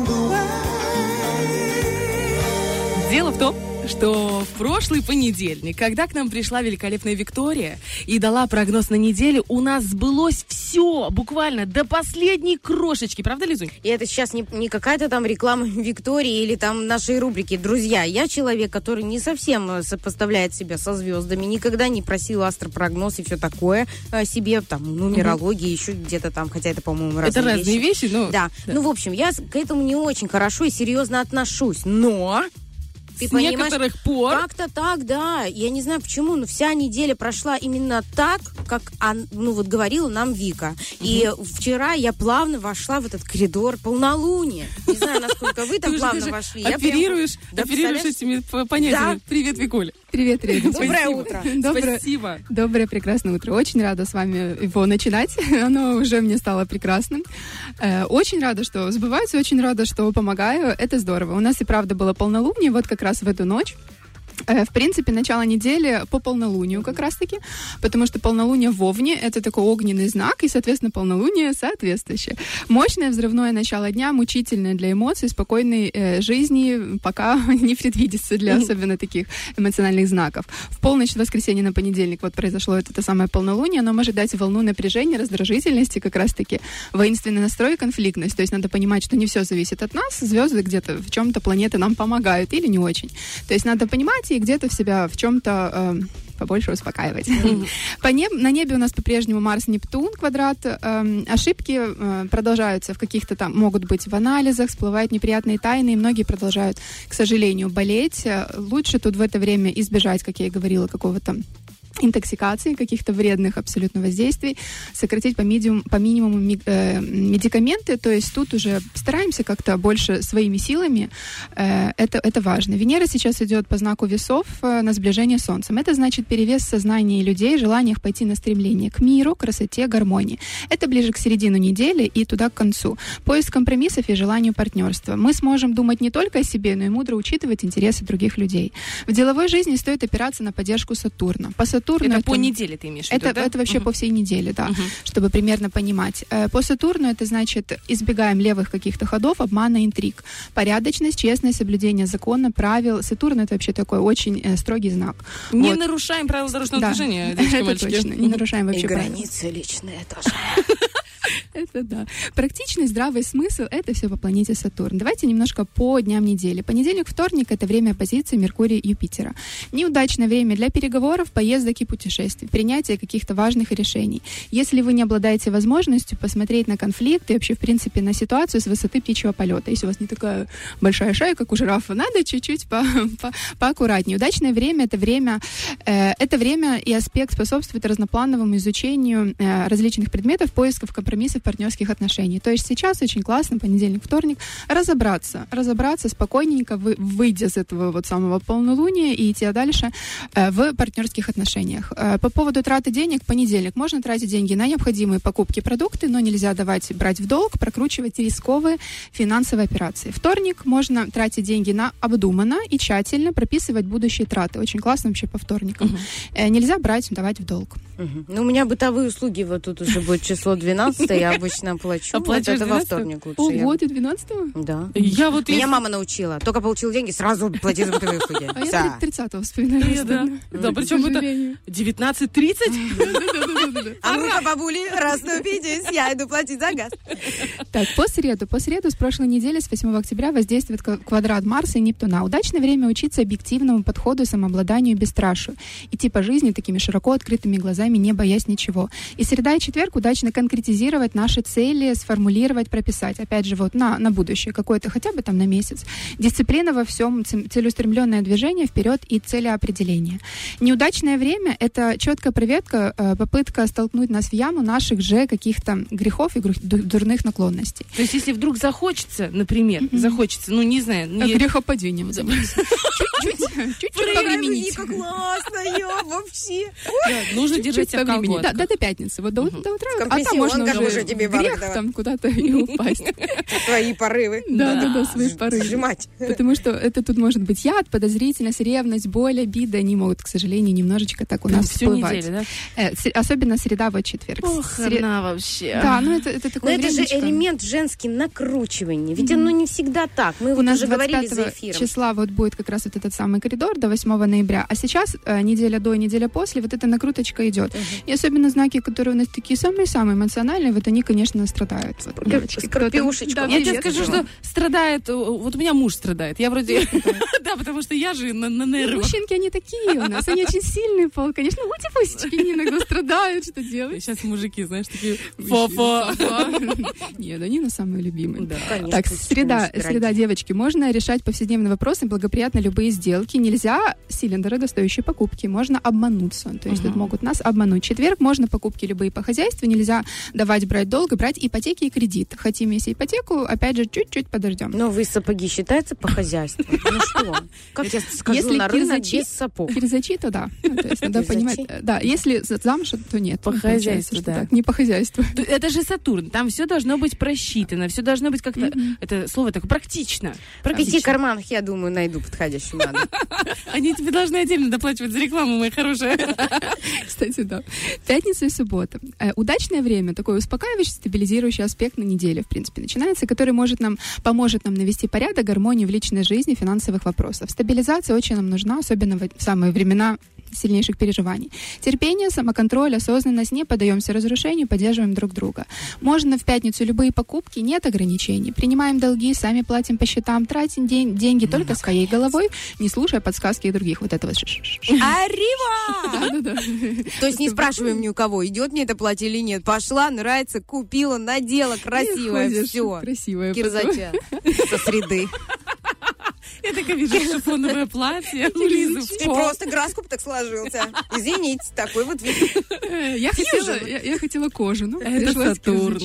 [SPEAKER 4] Дело в том, что в прошлый понедельник, когда к нам пришла великолепная Виктория и дала прогноз на неделю, у нас сбылось все, буквально до последней крошечки. Правда, Лизунь?
[SPEAKER 2] И это сейчас не какая-то там реклама Виктории или там нашей рубрики. Друзья, я человек, который не совсем сопоставляет себя со звездами, никогда не просил астропрогноз и все такое себе, там, нумерологии, еще где-то там, хотя это, по-моему, разные вещи.
[SPEAKER 4] Это разные вещи, но...
[SPEAKER 2] Да. Ну, в общем, я к этому не очень хорошо и серьезно отношусь, но... Ты
[SPEAKER 4] с некоторых пор...
[SPEAKER 2] Как-то так, да. Я не знаю почему, но вся неделя прошла именно так, как, говорила нам Вика. И вчера я плавно вошла в этот коридор полнолуния. Не знаю, насколько вы там плавно вошли.
[SPEAKER 4] Оперируешь этими понятиями. Привет, Викуля.
[SPEAKER 14] Привет, Редя.
[SPEAKER 2] Доброе утро.
[SPEAKER 4] Спасибо.
[SPEAKER 14] Доброе, прекрасное утро. Очень рада с вами его начинать. Оно уже мне стало прекрасным. Очень рада, что сбывается, очень рада, что помогаю. Это здорово. У нас и правда было полнолуние, вот как раз в эту ночь. В принципе, начало недели по полнолунию как раз-таки, потому что полнолуние в Овне — это такой огненный знак, и, соответственно, полнолуние соответствующее. Мощное взрывное начало дня, мучительное для эмоций, спокойной жизни пока не предвидится для особенно таких эмоциональных знаков. В полночь с воскресенья на понедельник вот произошло это самое полнолуние, оно может дать волну напряжения, раздражительности, как раз-таки воинственный настрой и конфликтность. То есть надо понимать, что не все зависит от нас, звезды где-то в чем-то, планеты нам помогают или не очень. То есть надо понимать и где-то себя в чем-то побольше успокаивать. На небе у нас по-прежнему Марс-Нептун, квадрат. Ошибки продолжаются в каких-то там, могут быть в анализах, всплывают неприятные тайны, и многие продолжают, к сожалению, болеть. Лучше тут в это время избежать, как я и говорила, какого-то интоксикации, каких-то вредных абсолютно воздействий, сократить по минимуму медикаменты, то есть тут уже стараемся как-то больше своими силами, это важно. Венера сейчас идет по знаку весов на сближение с Солнцем. Это значит перевес сознания людей, желаниях пойти на стремление к миру, красоте, гармонии. Это ближе к середину недели и туда к концу. Поиск компромиссов и желанию партнерства. Мы сможем думать не только о себе, но и мудро учитывать интересы других людей. В деловой жизни стоит опираться на поддержку Сатурна. По Сатурну это по неделе ты имеешь в виду, да? Это вообще по всей неделе, да, чтобы примерно понимать. По Сатурну это значит избегаем левых каких-то ходов, обмана, интриг. Порядочность, честность, соблюдение закона, правил. Сатурн это вообще такой очень строгий знак.
[SPEAKER 4] Не нарушаем правила дорожного движения, девочки, мальчики.
[SPEAKER 14] Точно, не нарушаем вообще
[SPEAKER 2] и
[SPEAKER 14] правила.
[SPEAKER 2] границы личные тоже.
[SPEAKER 14] Это да. Практичный, здравый смысл — это все по планете Сатурн. Давайте немножко по дням недели. Понедельник, вторник — это время оппозиции Меркурия-Юпитера. Неудачное время для переговоров, поездок и путешествий, принятия каких-то важных решений. Если вы не обладаете возможностью посмотреть на конфликт и вообще, в принципе, на ситуацию с высоты птичьего полета, если у вас не такая большая шея, как у жирафа, надо чуть-чуть поаккуратнее. Удачное время — это время и аспект способствует разноплановому изучению различных предметов, поисков компромиссов, партнерских отношений. То есть сейчас очень классно, понедельник, вторник, разобраться спокойненько, выйдя с этого вот самого полнолуния и идти дальше в партнерских отношениях. По поводу траты денег, понедельник. Можно тратить деньги на необходимые покупки, продукты, но нельзя брать в долг, прокручивать рисковые финансовые операции. Вторник можно тратить деньги на обдуманно и тщательно прописывать будущие траты. Очень классно вообще по вторникам. Нельзя давать в долг.
[SPEAKER 2] Ну, у меня бытовые услуги, вот тут уже будет число 12, я обычно плачу. Вот это во вторник лучше.
[SPEAKER 14] Ого, ты 12-го?
[SPEAKER 2] Да.
[SPEAKER 4] Меня
[SPEAKER 2] мама научила. Только получил деньги, сразу плати за бытовые услуги.
[SPEAKER 14] А я 30-го вспоминаю.
[SPEAKER 4] Да, причем это 19:30.
[SPEAKER 2] А ну-ка, бабули, расступитесь, я иду платить за газ.
[SPEAKER 14] Так, по среду с прошлой недели, с 8 октября, воздействует квадрат Марса и Нептуна. Удачное время учиться объективному подходу, самообладанию и бесстрашию. Идти по жизни такими широко открытыми глазами, не боясь ничего. И среда и четверг удачно конкретизировать наши цели, сформулировать, прописать. Опять же, вот на будущее какое-то, хотя бы там на месяц. Дисциплина во всем, целеустремленное движение вперед и целеопределение. Неудачное время — это четкая проверка, попытка столкнуть нас в яму наших же каких-то грехов и дурных наклонностей.
[SPEAKER 4] То есть, если вдруг захочется, например, ну, не знаю...
[SPEAKER 14] Грехопадением заниматься. Чуть-чуть повременить.
[SPEAKER 2] Вика классная вообще.
[SPEAKER 4] Нужно держать себя в колготках.
[SPEAKER 14] Да, до пятницы. Вот до утра.
[SPEAKER 2] А там можно
[SPEAKER 14] уже тебе грех там куда-то и упасть.
[SPEAKER 2] Твои порывы.
[SPEAKER 14] Да, свои порывы.
[SPEAKER 2] Сжимать.
[SPEAKER 14] Потому что это тут может быть яд, подозрительность, ревность, боль, обида. Они могут, к сожалению, немножечко так у нас всплывать.
[SPEAKER 4] Всю неделю, да?
[SPEAKER 14] Особенно среда, вот четверг.
[SPEAKER 4] Ох, она вообще.
[SPEAKER 14] Да, ну это такое
[SPEAKER 2] времечко. Но это же элемент женский накручивания. Ведь оно не всегда так. Мы
[SPEAKER 14] у нас
[SPEAKER 2] уже говорили за эфиром.
[SPEAKER 14] 25 числа вот будет как раз вот этот самый коридор до 8 ноября. А сейчас неделя до и неделя после вот эта накруточка идет. И особенно знаки, которые у нас такие самые-самые эмоциональные, вот они, конечно, страдают.
[SPEAKER 2] Скорпиушечка.
[SPEAKER 4] Я тебе скажу, что страдает... Вот у меня муж страдает. Я вроде... Да, потому что я же на нервах.
[SPEAKER 14] Мужчинки, они такие у нас. Они очень сильный пол. Конечно, ути-пусечки, они иногда страдают, что делать.
[SPEAKER 4] Сейчас мужики, знаешь, такие... Фа-фа.
[SPEAKER 14] Нет, они на самые любимые.
[SPEAKER 2] Конечно.
[SPEAKER 14] Так, среда, девочки. Можно решать повседневные вопросы, благоприятно любые сделки. Нельзя сильно дорогостоящие покупки. Можно обмануться. То есть тут могут нас обмануть. Четверг можно покупки любые по хозяйству. Нельзя брать долго, брать ипотеки и кредит. Хотим, если ипотеку, опять же, чуть-чуть подождем.
[SPEAKER 2] Новые сапоги считаются по хозяйству? Ну что? Как я скажу, на рынок без сапог.
[SPEAKER 14] Кирзачи, то да. То есть надо понимать. Да, если замуж, то нет.
[SPEAKER 4] По хозяйству, да.
[SPEAKER 14] Не по хозяйству.
[SPEAKER 4] Это же Сатурн. Там все должно быть просчитано, все должно быть как-то... Это слово такое практично.
[SPEAKER 2] В 5 карманах, я думаю, найду подходящую надо.
[SPEAKER 4] Они тебе должны отдельно доплачивать за рекламу, моя хорошая.
[SPEAKER 14] Кстати, да. Пятница и суббота. Удачное время, такой успокаивающий, стабилизирующий аспект на неделе, в принципе, начинается, который поможет нам навести порядок, гармонию в личной жизни, финансовых вопросов. Стабилизация очень нам нужна, особенно в самые времена сильнейших переживаний. Терпение, самоконтроль, осознанность, не поддаемся разрушению, поддерживаем друг друга. Можно в пятницу любые покупки, нет ограничений. Принимаем долги, сами платим по счетам, тратим деньги только своей головой, не слушая подсказки других. Вот это вот.
[SPEAKER 2] Арива!
[SPEAKER 14] Да.
[SPEAKER 2] То есть не спрашиваем ни у кого, идет мне это платье или нет. Пошла, нравится, купила, надела, красивое, все.
[SPEAKER 14] Красивое.
[SPEAKER 2] Кирзача со среды.
[SPEAKER 4] Я такая вижу шифоновое платье у Лизы в пол.
[SPEAKER 2] Просто гороскоп так сложился. Извините, такой вот вид.
[SPEAKER 14] Я хотела кожу.
[SPEAKER 4] Это Сатурн.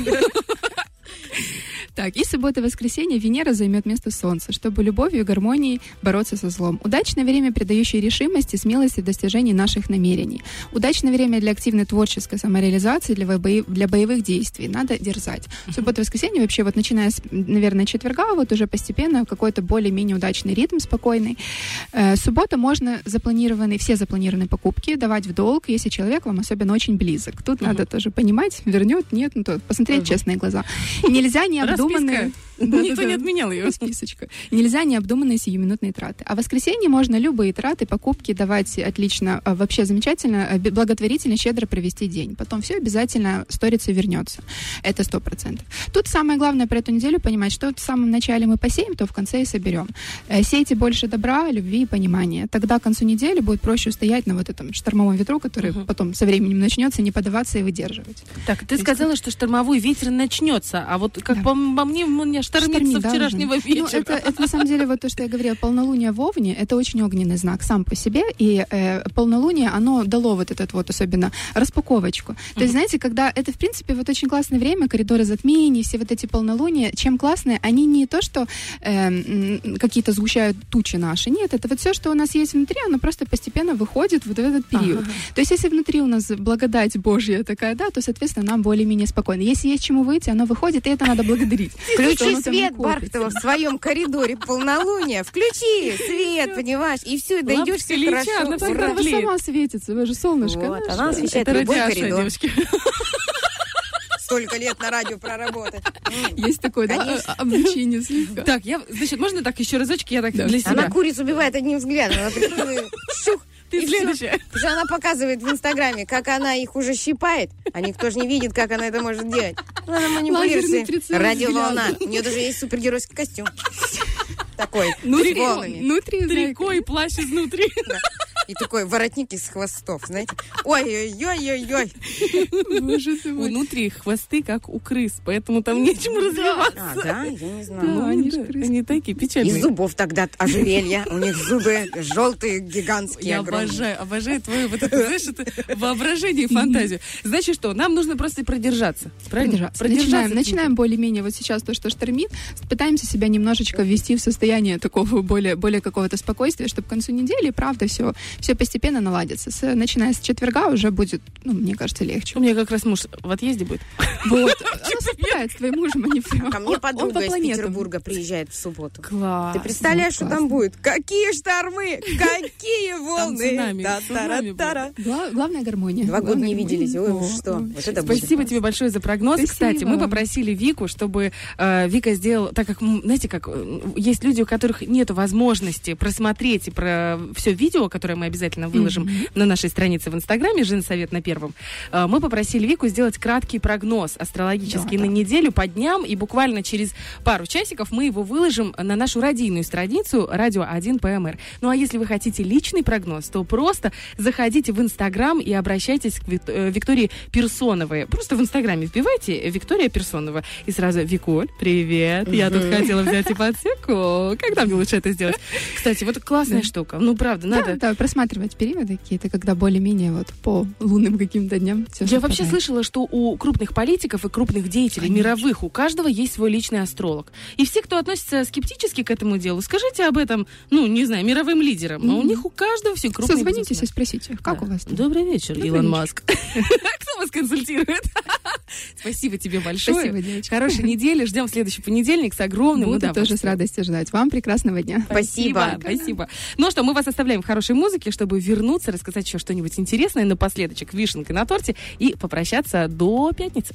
[SPEAKER 14] Так, и суббота и воскресенье Венера займет место Солнца, чтобы любовью и гармонией бороться со злом. Удачное время, придающее решимости, смелости в достижении наших намерений. Удачное время для активной творческой самореализации, для боевых действий. Надо дерзать. Суббота и воскресенье вообще вот начиная с, наверное, четверга, вот уже постепенно какой-то более-менее удачный ритм, спокойный. Суббота можно все запланированные покупки давать в долг, если человек вам особенно очень близок. Тут надо тоже понимать, вернет, нет, то посмотреть честные глаза. Нельзя необдуманные...
[SPEAKER 4] Никто не отменял ее.
[SPEAKER 14] Списочка. Нельзя необдуманные сиюминутные траты. А в воскресенье можно любые траты, покупки давать отлично, вообще замечательно, благотворительно, щедро провести день. Потом все обязательно сторится и вернется. Это 100%. Тут самое главное про эту неделю понимать, что в самом начале мы посеем, то в конце и соберем. Сейте больше добра, любви и понимания. Тогда к концу недели будет проще устоять на вот этом штормовом ветру, который потом со временем начнется, не поддаваться и выдерживать.
[SPEAKER 4] Так, ты сказала, что штормовой ветер начнется, а вот как по мне штормит со вчерашнего вечера.
[SPEAKER 14] Это на самом деле вот то, что я говорила, полнолуние в Овне, это очень огненный знак сам по себе, и полнолуние, оно дало вот этот вот особенно распаковочку. То есть, знаете, когда это, в принципе, вот очень классное время, коридоры затмений, все вот эти полнолуния, чем классные, они не то, что какие-то сгущают тучи наши, нет, это вот все, что у нас есть внутри, оно просто постепенно выходит вот в этот период. То есть, если внутри у нас благодать Божья такая, да, то, соответственно, нам более-менее спокойно. Если есть чему выйти, оно выходит, и это надо благодарить.
[SPEAKER 2] Включи свет, Бархатова, в своем коридоре полнолуния. Включи свет, понимаешь, и все, дойдешь все хорошо.
[SPEAKER 14] Она сама светится, вы же солнышко.
[SPEAKER 2] Вот, она освещает любой коридор. Столько лет на радио проработать.
[SPEAKER 14] Есть такое, да, облучение слегка.
[SPEAKER 4] Так, значит, можно так еще разочек, я так для себя.
[SPEAKER 2] Она курицу убивает одним взглядом. Она приходит, шух.
[SPEAKER 4] Ты следующая.
[SPEAKER 2] Потому что она показывает в Инстаграме, как она их уже щипает, а никто же не видит, как она это может делать. Она манипулирует. Радиоволна. У нее даже есть супергеройский костюм. Такой, с волнами.
[SPEAKER 4] Трико и плащ изнутри.
[SPEAKER 2] И такой воротник из хвостов, знаете. Ой-ой-ой-ой-ой.
[SPEAKER 4] Внутри хвосты, как у крыс, поэтому там нечем развиваться.
[SPEAKER 2] А, да? Я не знаю.
[SPEAKER 14] Да, они же крысы.
[SPEAKER 4] Они такие печальные.
[SPEAKER 2] Из зубов тогда ожерелья. У них зубы желтые, гигантские,
[SPEAKER 4] я
[SPEAKER 2] огромные.
[SPEAKER 4] обожаю твое вот это, знаешь, это воображение и фантазию. Значит что, нам нужно просто продержаться. Правильно?
[SPEAKER 14] Начинаем более-менее вот сейчас то, что штормит. Пытаемся себя немножечко ввести в состояние такого более какого-то спокойствия, чтобы к концу недели, правда, все постепенно наладится. Начиная с четверга уже будет, мне кажется, легче.
[SPEAKER 4] У меня как раз муж в отъезде будет.
[SPEAKER 14] Вот. Она совпадает с твоим мужем, они прям.
[SPEAKER 2] Ко мне подруга из Петербурга приезжает в субботу.
[SPEAKER 4] Класс.
[SPEAKER 2] Ты представляешь, что там будет? Какие штормы, какие волны.
[SPEAKER 14] Главная гармония.
[SPEAKER 2] 2 года не виделись. Ой, что?
[SPEAKER 4] Спасибо тебе большое за прогноз. Кстати, мы попросили Вику, чтобы Вика сделала, так как, знаете, как есть люди, у которых нет возможности просмотреть и про все видео, которое мы обязательно выложим на нашей странице в Инстаграме, Женсовет на первом, мы попросили Вику сделать краткий прогноз астрологический на неделю по дням, и буквально через пару часиков мы его выложим на нашу радийную страницу Радио 1 ПМР. Ну а если вы хотите личный прогноз, то просто заходите в Инстаграм и обращайтесь к Виктории Персоновой. Просто в Инстаграме вбивайте Виктория Персонова и сразу: Виколь, привет, я тут хотела взять ипотеку. Когда мне лучше это сделать? Кстати, вот классная штука. Ну, правда, надо...
[SPEAKER 14] Да, просматривать периоды какие-то, когда более-менее вот по лунным каким-то дням все
[SPEAKER 4] Я вообще слышала, что у крупных политиков и крупных деятелей мировых, у каждого есть свой личный астролог. И все, кто относится скептически к этому делу, скажите об этом, не знаю, мировым лидерам. А у них у каждого все крупные.
[SPEAKER 14] Созвонитесь и спросите, как у вас там?
[SPEAKER 4] Добрый вечер, Илон Маск. Кто вас консультирует? Спасибо тебе большое.
[SPEAKER 14] Спасибо, девочка.
[SPEAKER 4] Хорошей недели. Ждем в следующий понедельник с огромным удовольствием.
[SPEAKER 14] Буду тоже с радостью ждать. Вам прекрасного дня.
[SPEAKER 4] Спасибо. Ну что, мы вас оставляем в хорошей музыке, чтобы вернуться, рассказать еще что-нибудь интересное, напоследочек вишенка на торте и попрощаться до пятницы.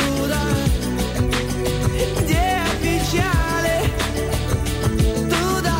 [SPEAKER 3] Туда,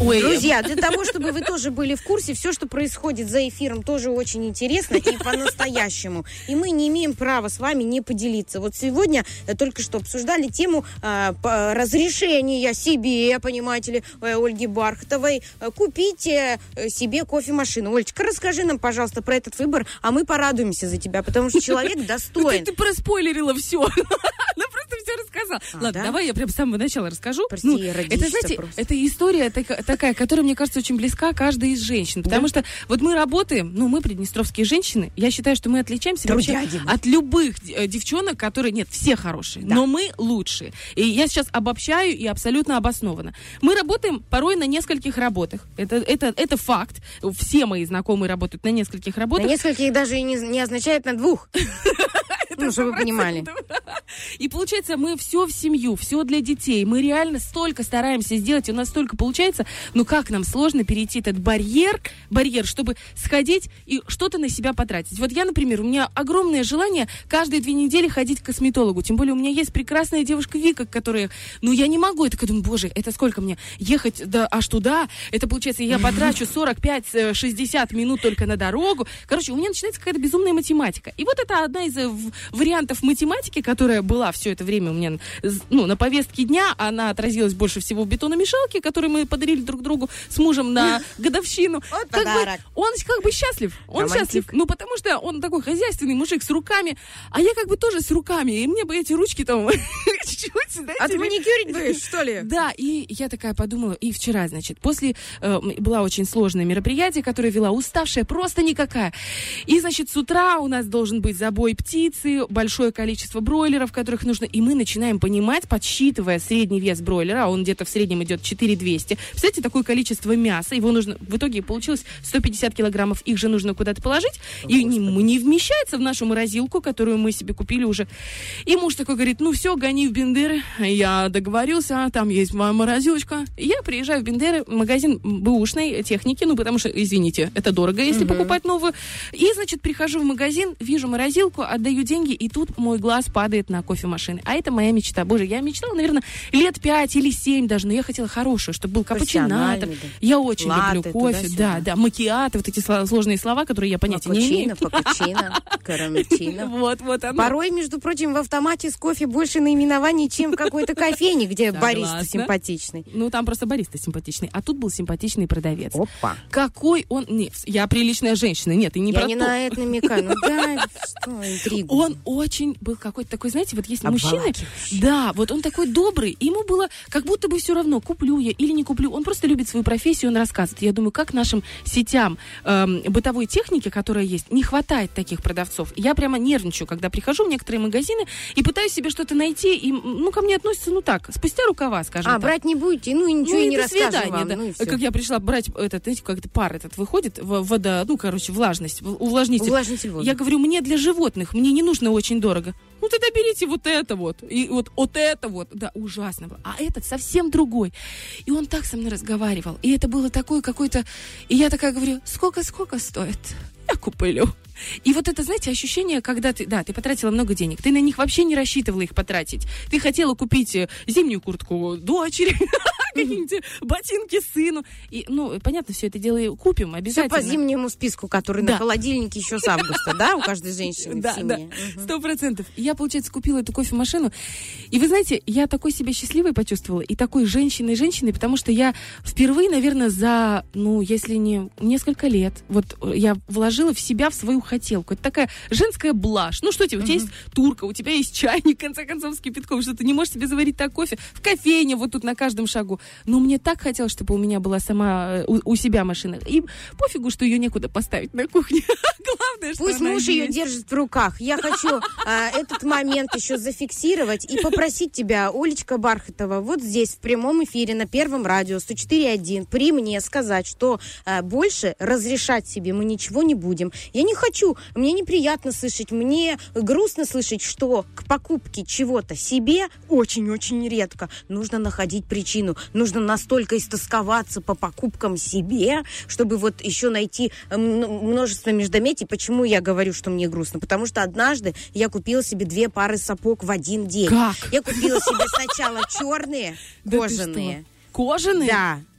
[SPEAKER 4] Ой.
[SPEAKER 2] Друзья, для того, чтобы вы тоже были в курсе, все, что происходит за эфиром, тоже очень интересно и по-настоящему. И мы не имеем права с вами не поделиться. Вот сегодня только что обсуждали тему разрешения себе, понимаете ли, Ольги Бархатовой, купить себе кофемашину. Олечка, расскажи нам, пожалуйста, про этот выбор, а мы порадуемся за тебя, потому что человек достоин.
[SPEAKER 4] Ты проспойлерила все. Она просто все рассказала. Ладно, давай я прям с самого начала расскажу.
[SPEAKER 2] Прости,
[SPEAKER 4] это, знаете, это история такая, которая, мне кажется, очень близка каждой из женщин. Потому что вот мы работаем, мы приднестровские женщины, я считаю, что мы отличаемся вообще от любых девчонок, которые, нет, все хорошие, но мы лучшие. И я сейчас обобщаю и абсолютно обоснованно. Мы работаем порой на нескольких работах. Это факт. Все мои знакомые работают на нескольких работах.
[SPEAKER 2] На нескольких даже и не означает на двух. Ну, чтобы вы понимали.
[SPEAKER 4] И получается, мы все в семью, все для детей. Мы реально столько стараемся сделать, и у нас столько получается. Но как нам сложно перейти этот барьер, чтобы сходить и что-то на себя потратить. Вот я, например, у меня огромное желание каждые 2 недели ходить к косметологу. Тем более у меня есть прекрасная девушка Вика, которая... я не могу. Я такая думаю, боже, это сколько мне ехать аж туда? Это получается, я потрачу 45-60 минут только на дорогу. Короче, у меня начинается какая-то безумная математика. И вот это одна из вариантов математики, которая была все это время у меня на повестке дня. Она отразилась больше всего в бетономешалке, которую мы подарили друг другу с мужем на годовщину.
[SPEAKER 2] Вот подарок.
[SPEAKER 4] Он как бы счастлив. Он счастлив. Потому что он такой хозяйственный мужик с руками. А я как бы тоже с руками. И мне бы эти ручки там чуть-чуть...
[SPEAKER 2] Отманикюрить будешь, что ли?
[SPEAKER 4] Да, и я такая подумала. И вчера, значит, после... было очень сложное мероприятие, которое вела уставшая, просто никакая. И, значит, с утра у нас должен быть забой птицы, большое количество бройлеров, которых нужно... И мы начинаем понимать, подсчитывая средний вес бройлера, а он где-то в среднем идет 4200. Представляете, такое количество мяса, его нужно... В итоге получилось 150 килограммов, их же нужно куда-то положить, и не вмещается в нашу морозилку, которую мы себе купили уже. И муж такой говорит, все, гони в Бендеры. Я договорился, там есть моя морозилочка. Я приезжаю в Бендеры, магазин бэушной техники, потому что, извините, это дорого, если покупать новую. И, значит, прихожу в магазин, вижу морозилку, отдаю деньги, и тут мой глаз падает на кофемашины. А это моя мечта. Боже, я мечтала, наверное, лет 5 или 7 даже, но я хотела хорошую, чтобы был капучинатор. Я очень люблю кофе. Да, макиато, вот эти сложные слова, которые я понятия не имею.
[SPEAKER 2] Капучино, карамельчино.
[SPEAKER 4] Вот оно.
[SPEAKER 2] Порой, между прочим, в автомате с кофе больше наименований, чем в какой-то кофейне, где бариста симпатичный.
[SPEAKER 4] Там просто бариста симпатичный. А тут был симпатичный продавец.
[SPEAKER 2] Опа.
[SPEAKER 4] Какой он... Нет, я приличная женщина. Нет, и не про то.
[SPEAKER 2] Я не на это намекаю. Что, интригу.
[SPEAKER 4] Он очень был какой-то такой, знаете, вот есть мужчины... Да, вот он такой добрый. Ему было как будто бы все равно, куплю я или не куплю. Он просто любит свою профессию, он рассказывает. Я думаю, как нашим сетям бытовой техники, которая есть, не хватает таких продавцов. Я прямо нервничаю, когда прихожу в некоторые магазины и пытаюсь себе что-то найти, и, ко мне относятся, так, спустя рукава, скажем так.
[SPEAKER 2] Брать не будете, и ничего и не расскажу вам.
[SPEAKER 4] Да. Как я пришла брать знаете, как пар выходит, вода, влажность, увлажнитель.
[SPEAKER 2] Увлажнитель воды.
[SPEAKER 4] Я говорю, мне для животных, мне не нужно очень дорого. Тогда берите вот это вот. И вот это вот. Да, ужасно было. А этот совсем другой. И он так со мной разговаривал. И это было такое какое-то... И я такая говорю, сколько стоит? Я куплю. И вот это, знаете, ощущение, когда ты потратила много денег, ты на них вообще не рассчитывала их потратить. Ты хотела купить зимнюю куртку дочери, какие-нибудь ботинки сыну. И, понятно, все это дело купим обязательно.
[SPEAKER 2] Все по зимнему списку, который на холодильнике еще с августа, да, у каждой женщины в семье.
[SPEAKER 4] 100%. Я, получается, купила эту кофемашину. И вы знаете, я такой себя счастливой почувствовала и такой женщиной, потому что я впервые, наверное, за, если не несколько лет, вот я вложила в себя, в свою хотелку. Это такая женская блажь. Что тебе, у тебя есть турка, у тебя есть чайник, в конце концов, с кипятком, что ты не можешь себе заварить так кофе в кофейне, вот тут на каждом шагу. Но мне так хотелось, чтобы у меня была сама у себя машина. И пофигу, что ее некуда поставить на кухне. Главное, что
[SPEAKER 2] пусть муж ее держит в руках. Я хочу этот момент еще зафиксировать и попросить тебя, Олечка Бархатова, вот здесь в прямом эфире на Первом радио 104.1 при мне сказать, что больше разрешать себе мы ничего не будем. Я не хочу, мне неприятно слышать, мне грустно слышать, что к покупке чего-то себе очень-очень редко нужно находить причину. Нужно настолько истосковаться по покупкам себе, чтобы вот еще найти множество междометий. Почему я говорю, что мне грустно? Потому что однажды я купила себе 2 пары сапог в один день.
[SPEAKER 4] Как?
[SPEAKER 2] Я купила себе сначала черные, кожаные.
[SPEAKER 4] Кожаные?
[SPEAKER 2] Да.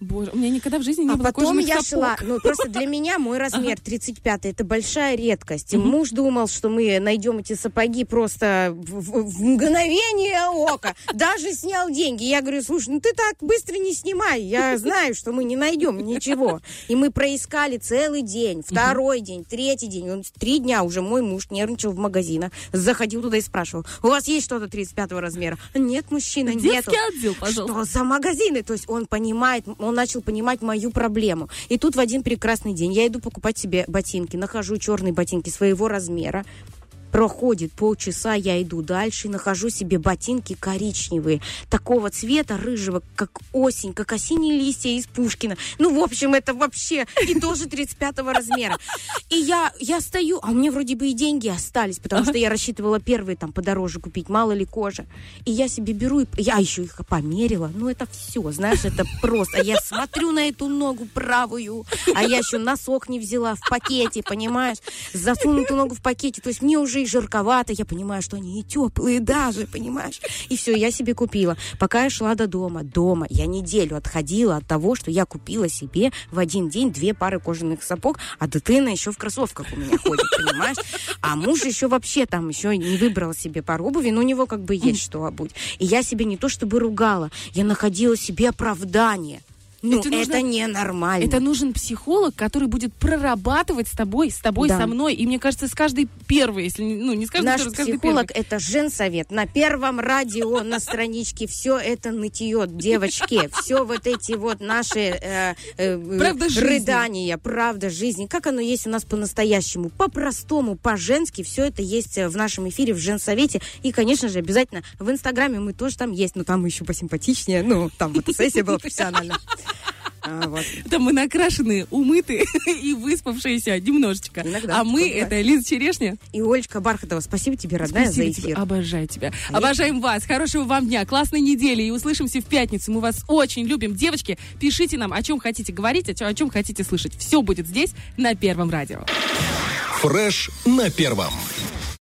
[SPEAKER 4] Боже, у меня никогда в жизни не
[SPEAKER 2] А
[SPEAKER 4] было
[SPEAKER 2] потом
[SPEAKER 4] кожаных
[SPEAKER 2] я
[SPEAKER 4] сапог.
[SPEAKER 2] шла, ну просто для меня мой размер 35 это большая редкость. И муж думал, что мы найдем эти сапоги просто в мгновение ока. Даже снял деньги. Я говорю, слушай, ну ты так быстро не снимай. Я знаю, что мы не найдем ничего. И мы проискали целый день, второй день, третий день. Он 3 дня уже мой муж нервничал в магазинах. Заходил туда и спрашивал, у вас есть что-то 35 размера? Нет, мужчина, нету.
[SPEAKER 4] Детский отдел, пожалуйста.
[SPEAKER 2] Что за магазины? То есть он понимает, он начал понимать мою проблему. И тут в один прекрасный день я иду покупать себе ботинки, нахожу черные ботинки своего размера. Проходит полчаса, я иду дальше и нахожу себе ботинки коричневые, такого цвета, рыжего, как осень, как осенние листья из Пушкина. Ну, в общем, это вообще и тоже 35 размера. И я стою, а у меня вроде бы и деньги остались, потому что я рассчитывала первые там подороже купить, мало ли кожа. И я себе беру, и я еще их померила. Ну, это все, знаешь, это просто. Я смотрю на эту ногу правую, а я еще носок не взяла в пакете, понимаешь? Засуну эту ногу в пакете, то есть мне уже и жарковато, я понимаю, что они и теплые даже, понимаешь? И все, я себе купила. Пока я шла до дома, я неделю отходила от того, что я купила себе в один день 2 пары кожаных сапог, а дитина еще в кроссовках у меня ходит, понимаешь? А муж еще вообще там еще не выбрал себе пару обуви, но у него как бы есть что обуть. И я себе не то чтобы ругала, я находила себе оправдание. Ну, это ненормально.
[SPEAKER 4] Это нужен психолог, который будет прорабатывать с тобой,
[SPEAKER 2] Да.
[SPEAKER 4] со мной. И мне кажется, с каждой первой, если не с каждой
[SPEAKER 2] Наш
[SPEAKER 4] второй, с каждой
[SPEAKER 2] психолог
[SPEAKER 4] первой.
[SPEAKER 2] это Женсовет. На Первом радио, на страничке все это нытье, девочки. Все вот эти вот наши
[SPEAKER 4] Правда жизни.
[SPEAKER 2] рыдания, правда жизни. Как оно есть у нас по-настоящему, по-простому, по-женски. Все это есть в нашем эфире в Женсовете. И, конечно же, обязательно в Инстаграме мы тоже там есть. Но там еще посимпатичнее. Ну, там фотосессия была профессиональная. Вот.
[SPEAKER 4] Там мы накрашены, умыты и выспавшиеся немножечко.
[SPEAKER 2] Иногда.
[SPEAKER 4] А мы, это Лиза Черешня.
[SPEAKER 2] И Олечка Бархатова. Спасибо тебе, родная,
[SPEAKER 4] Спасибо
[SPEAKER 2] за
[SPEAKER 4] тебе.
[SPEAKER 2] эфир.
[SPEAKER 4] Обожаю тебя. Обожаем вас. Хорошего вам дня, классной недели. И услышимся в пятницу. Мы вас очень любим. Девочки, пишите нам, о чем хотите говорить, о чем хотите слышать. Все будет здесь, на Первом радио.
[SPEAKER 10] Фреш на Первом.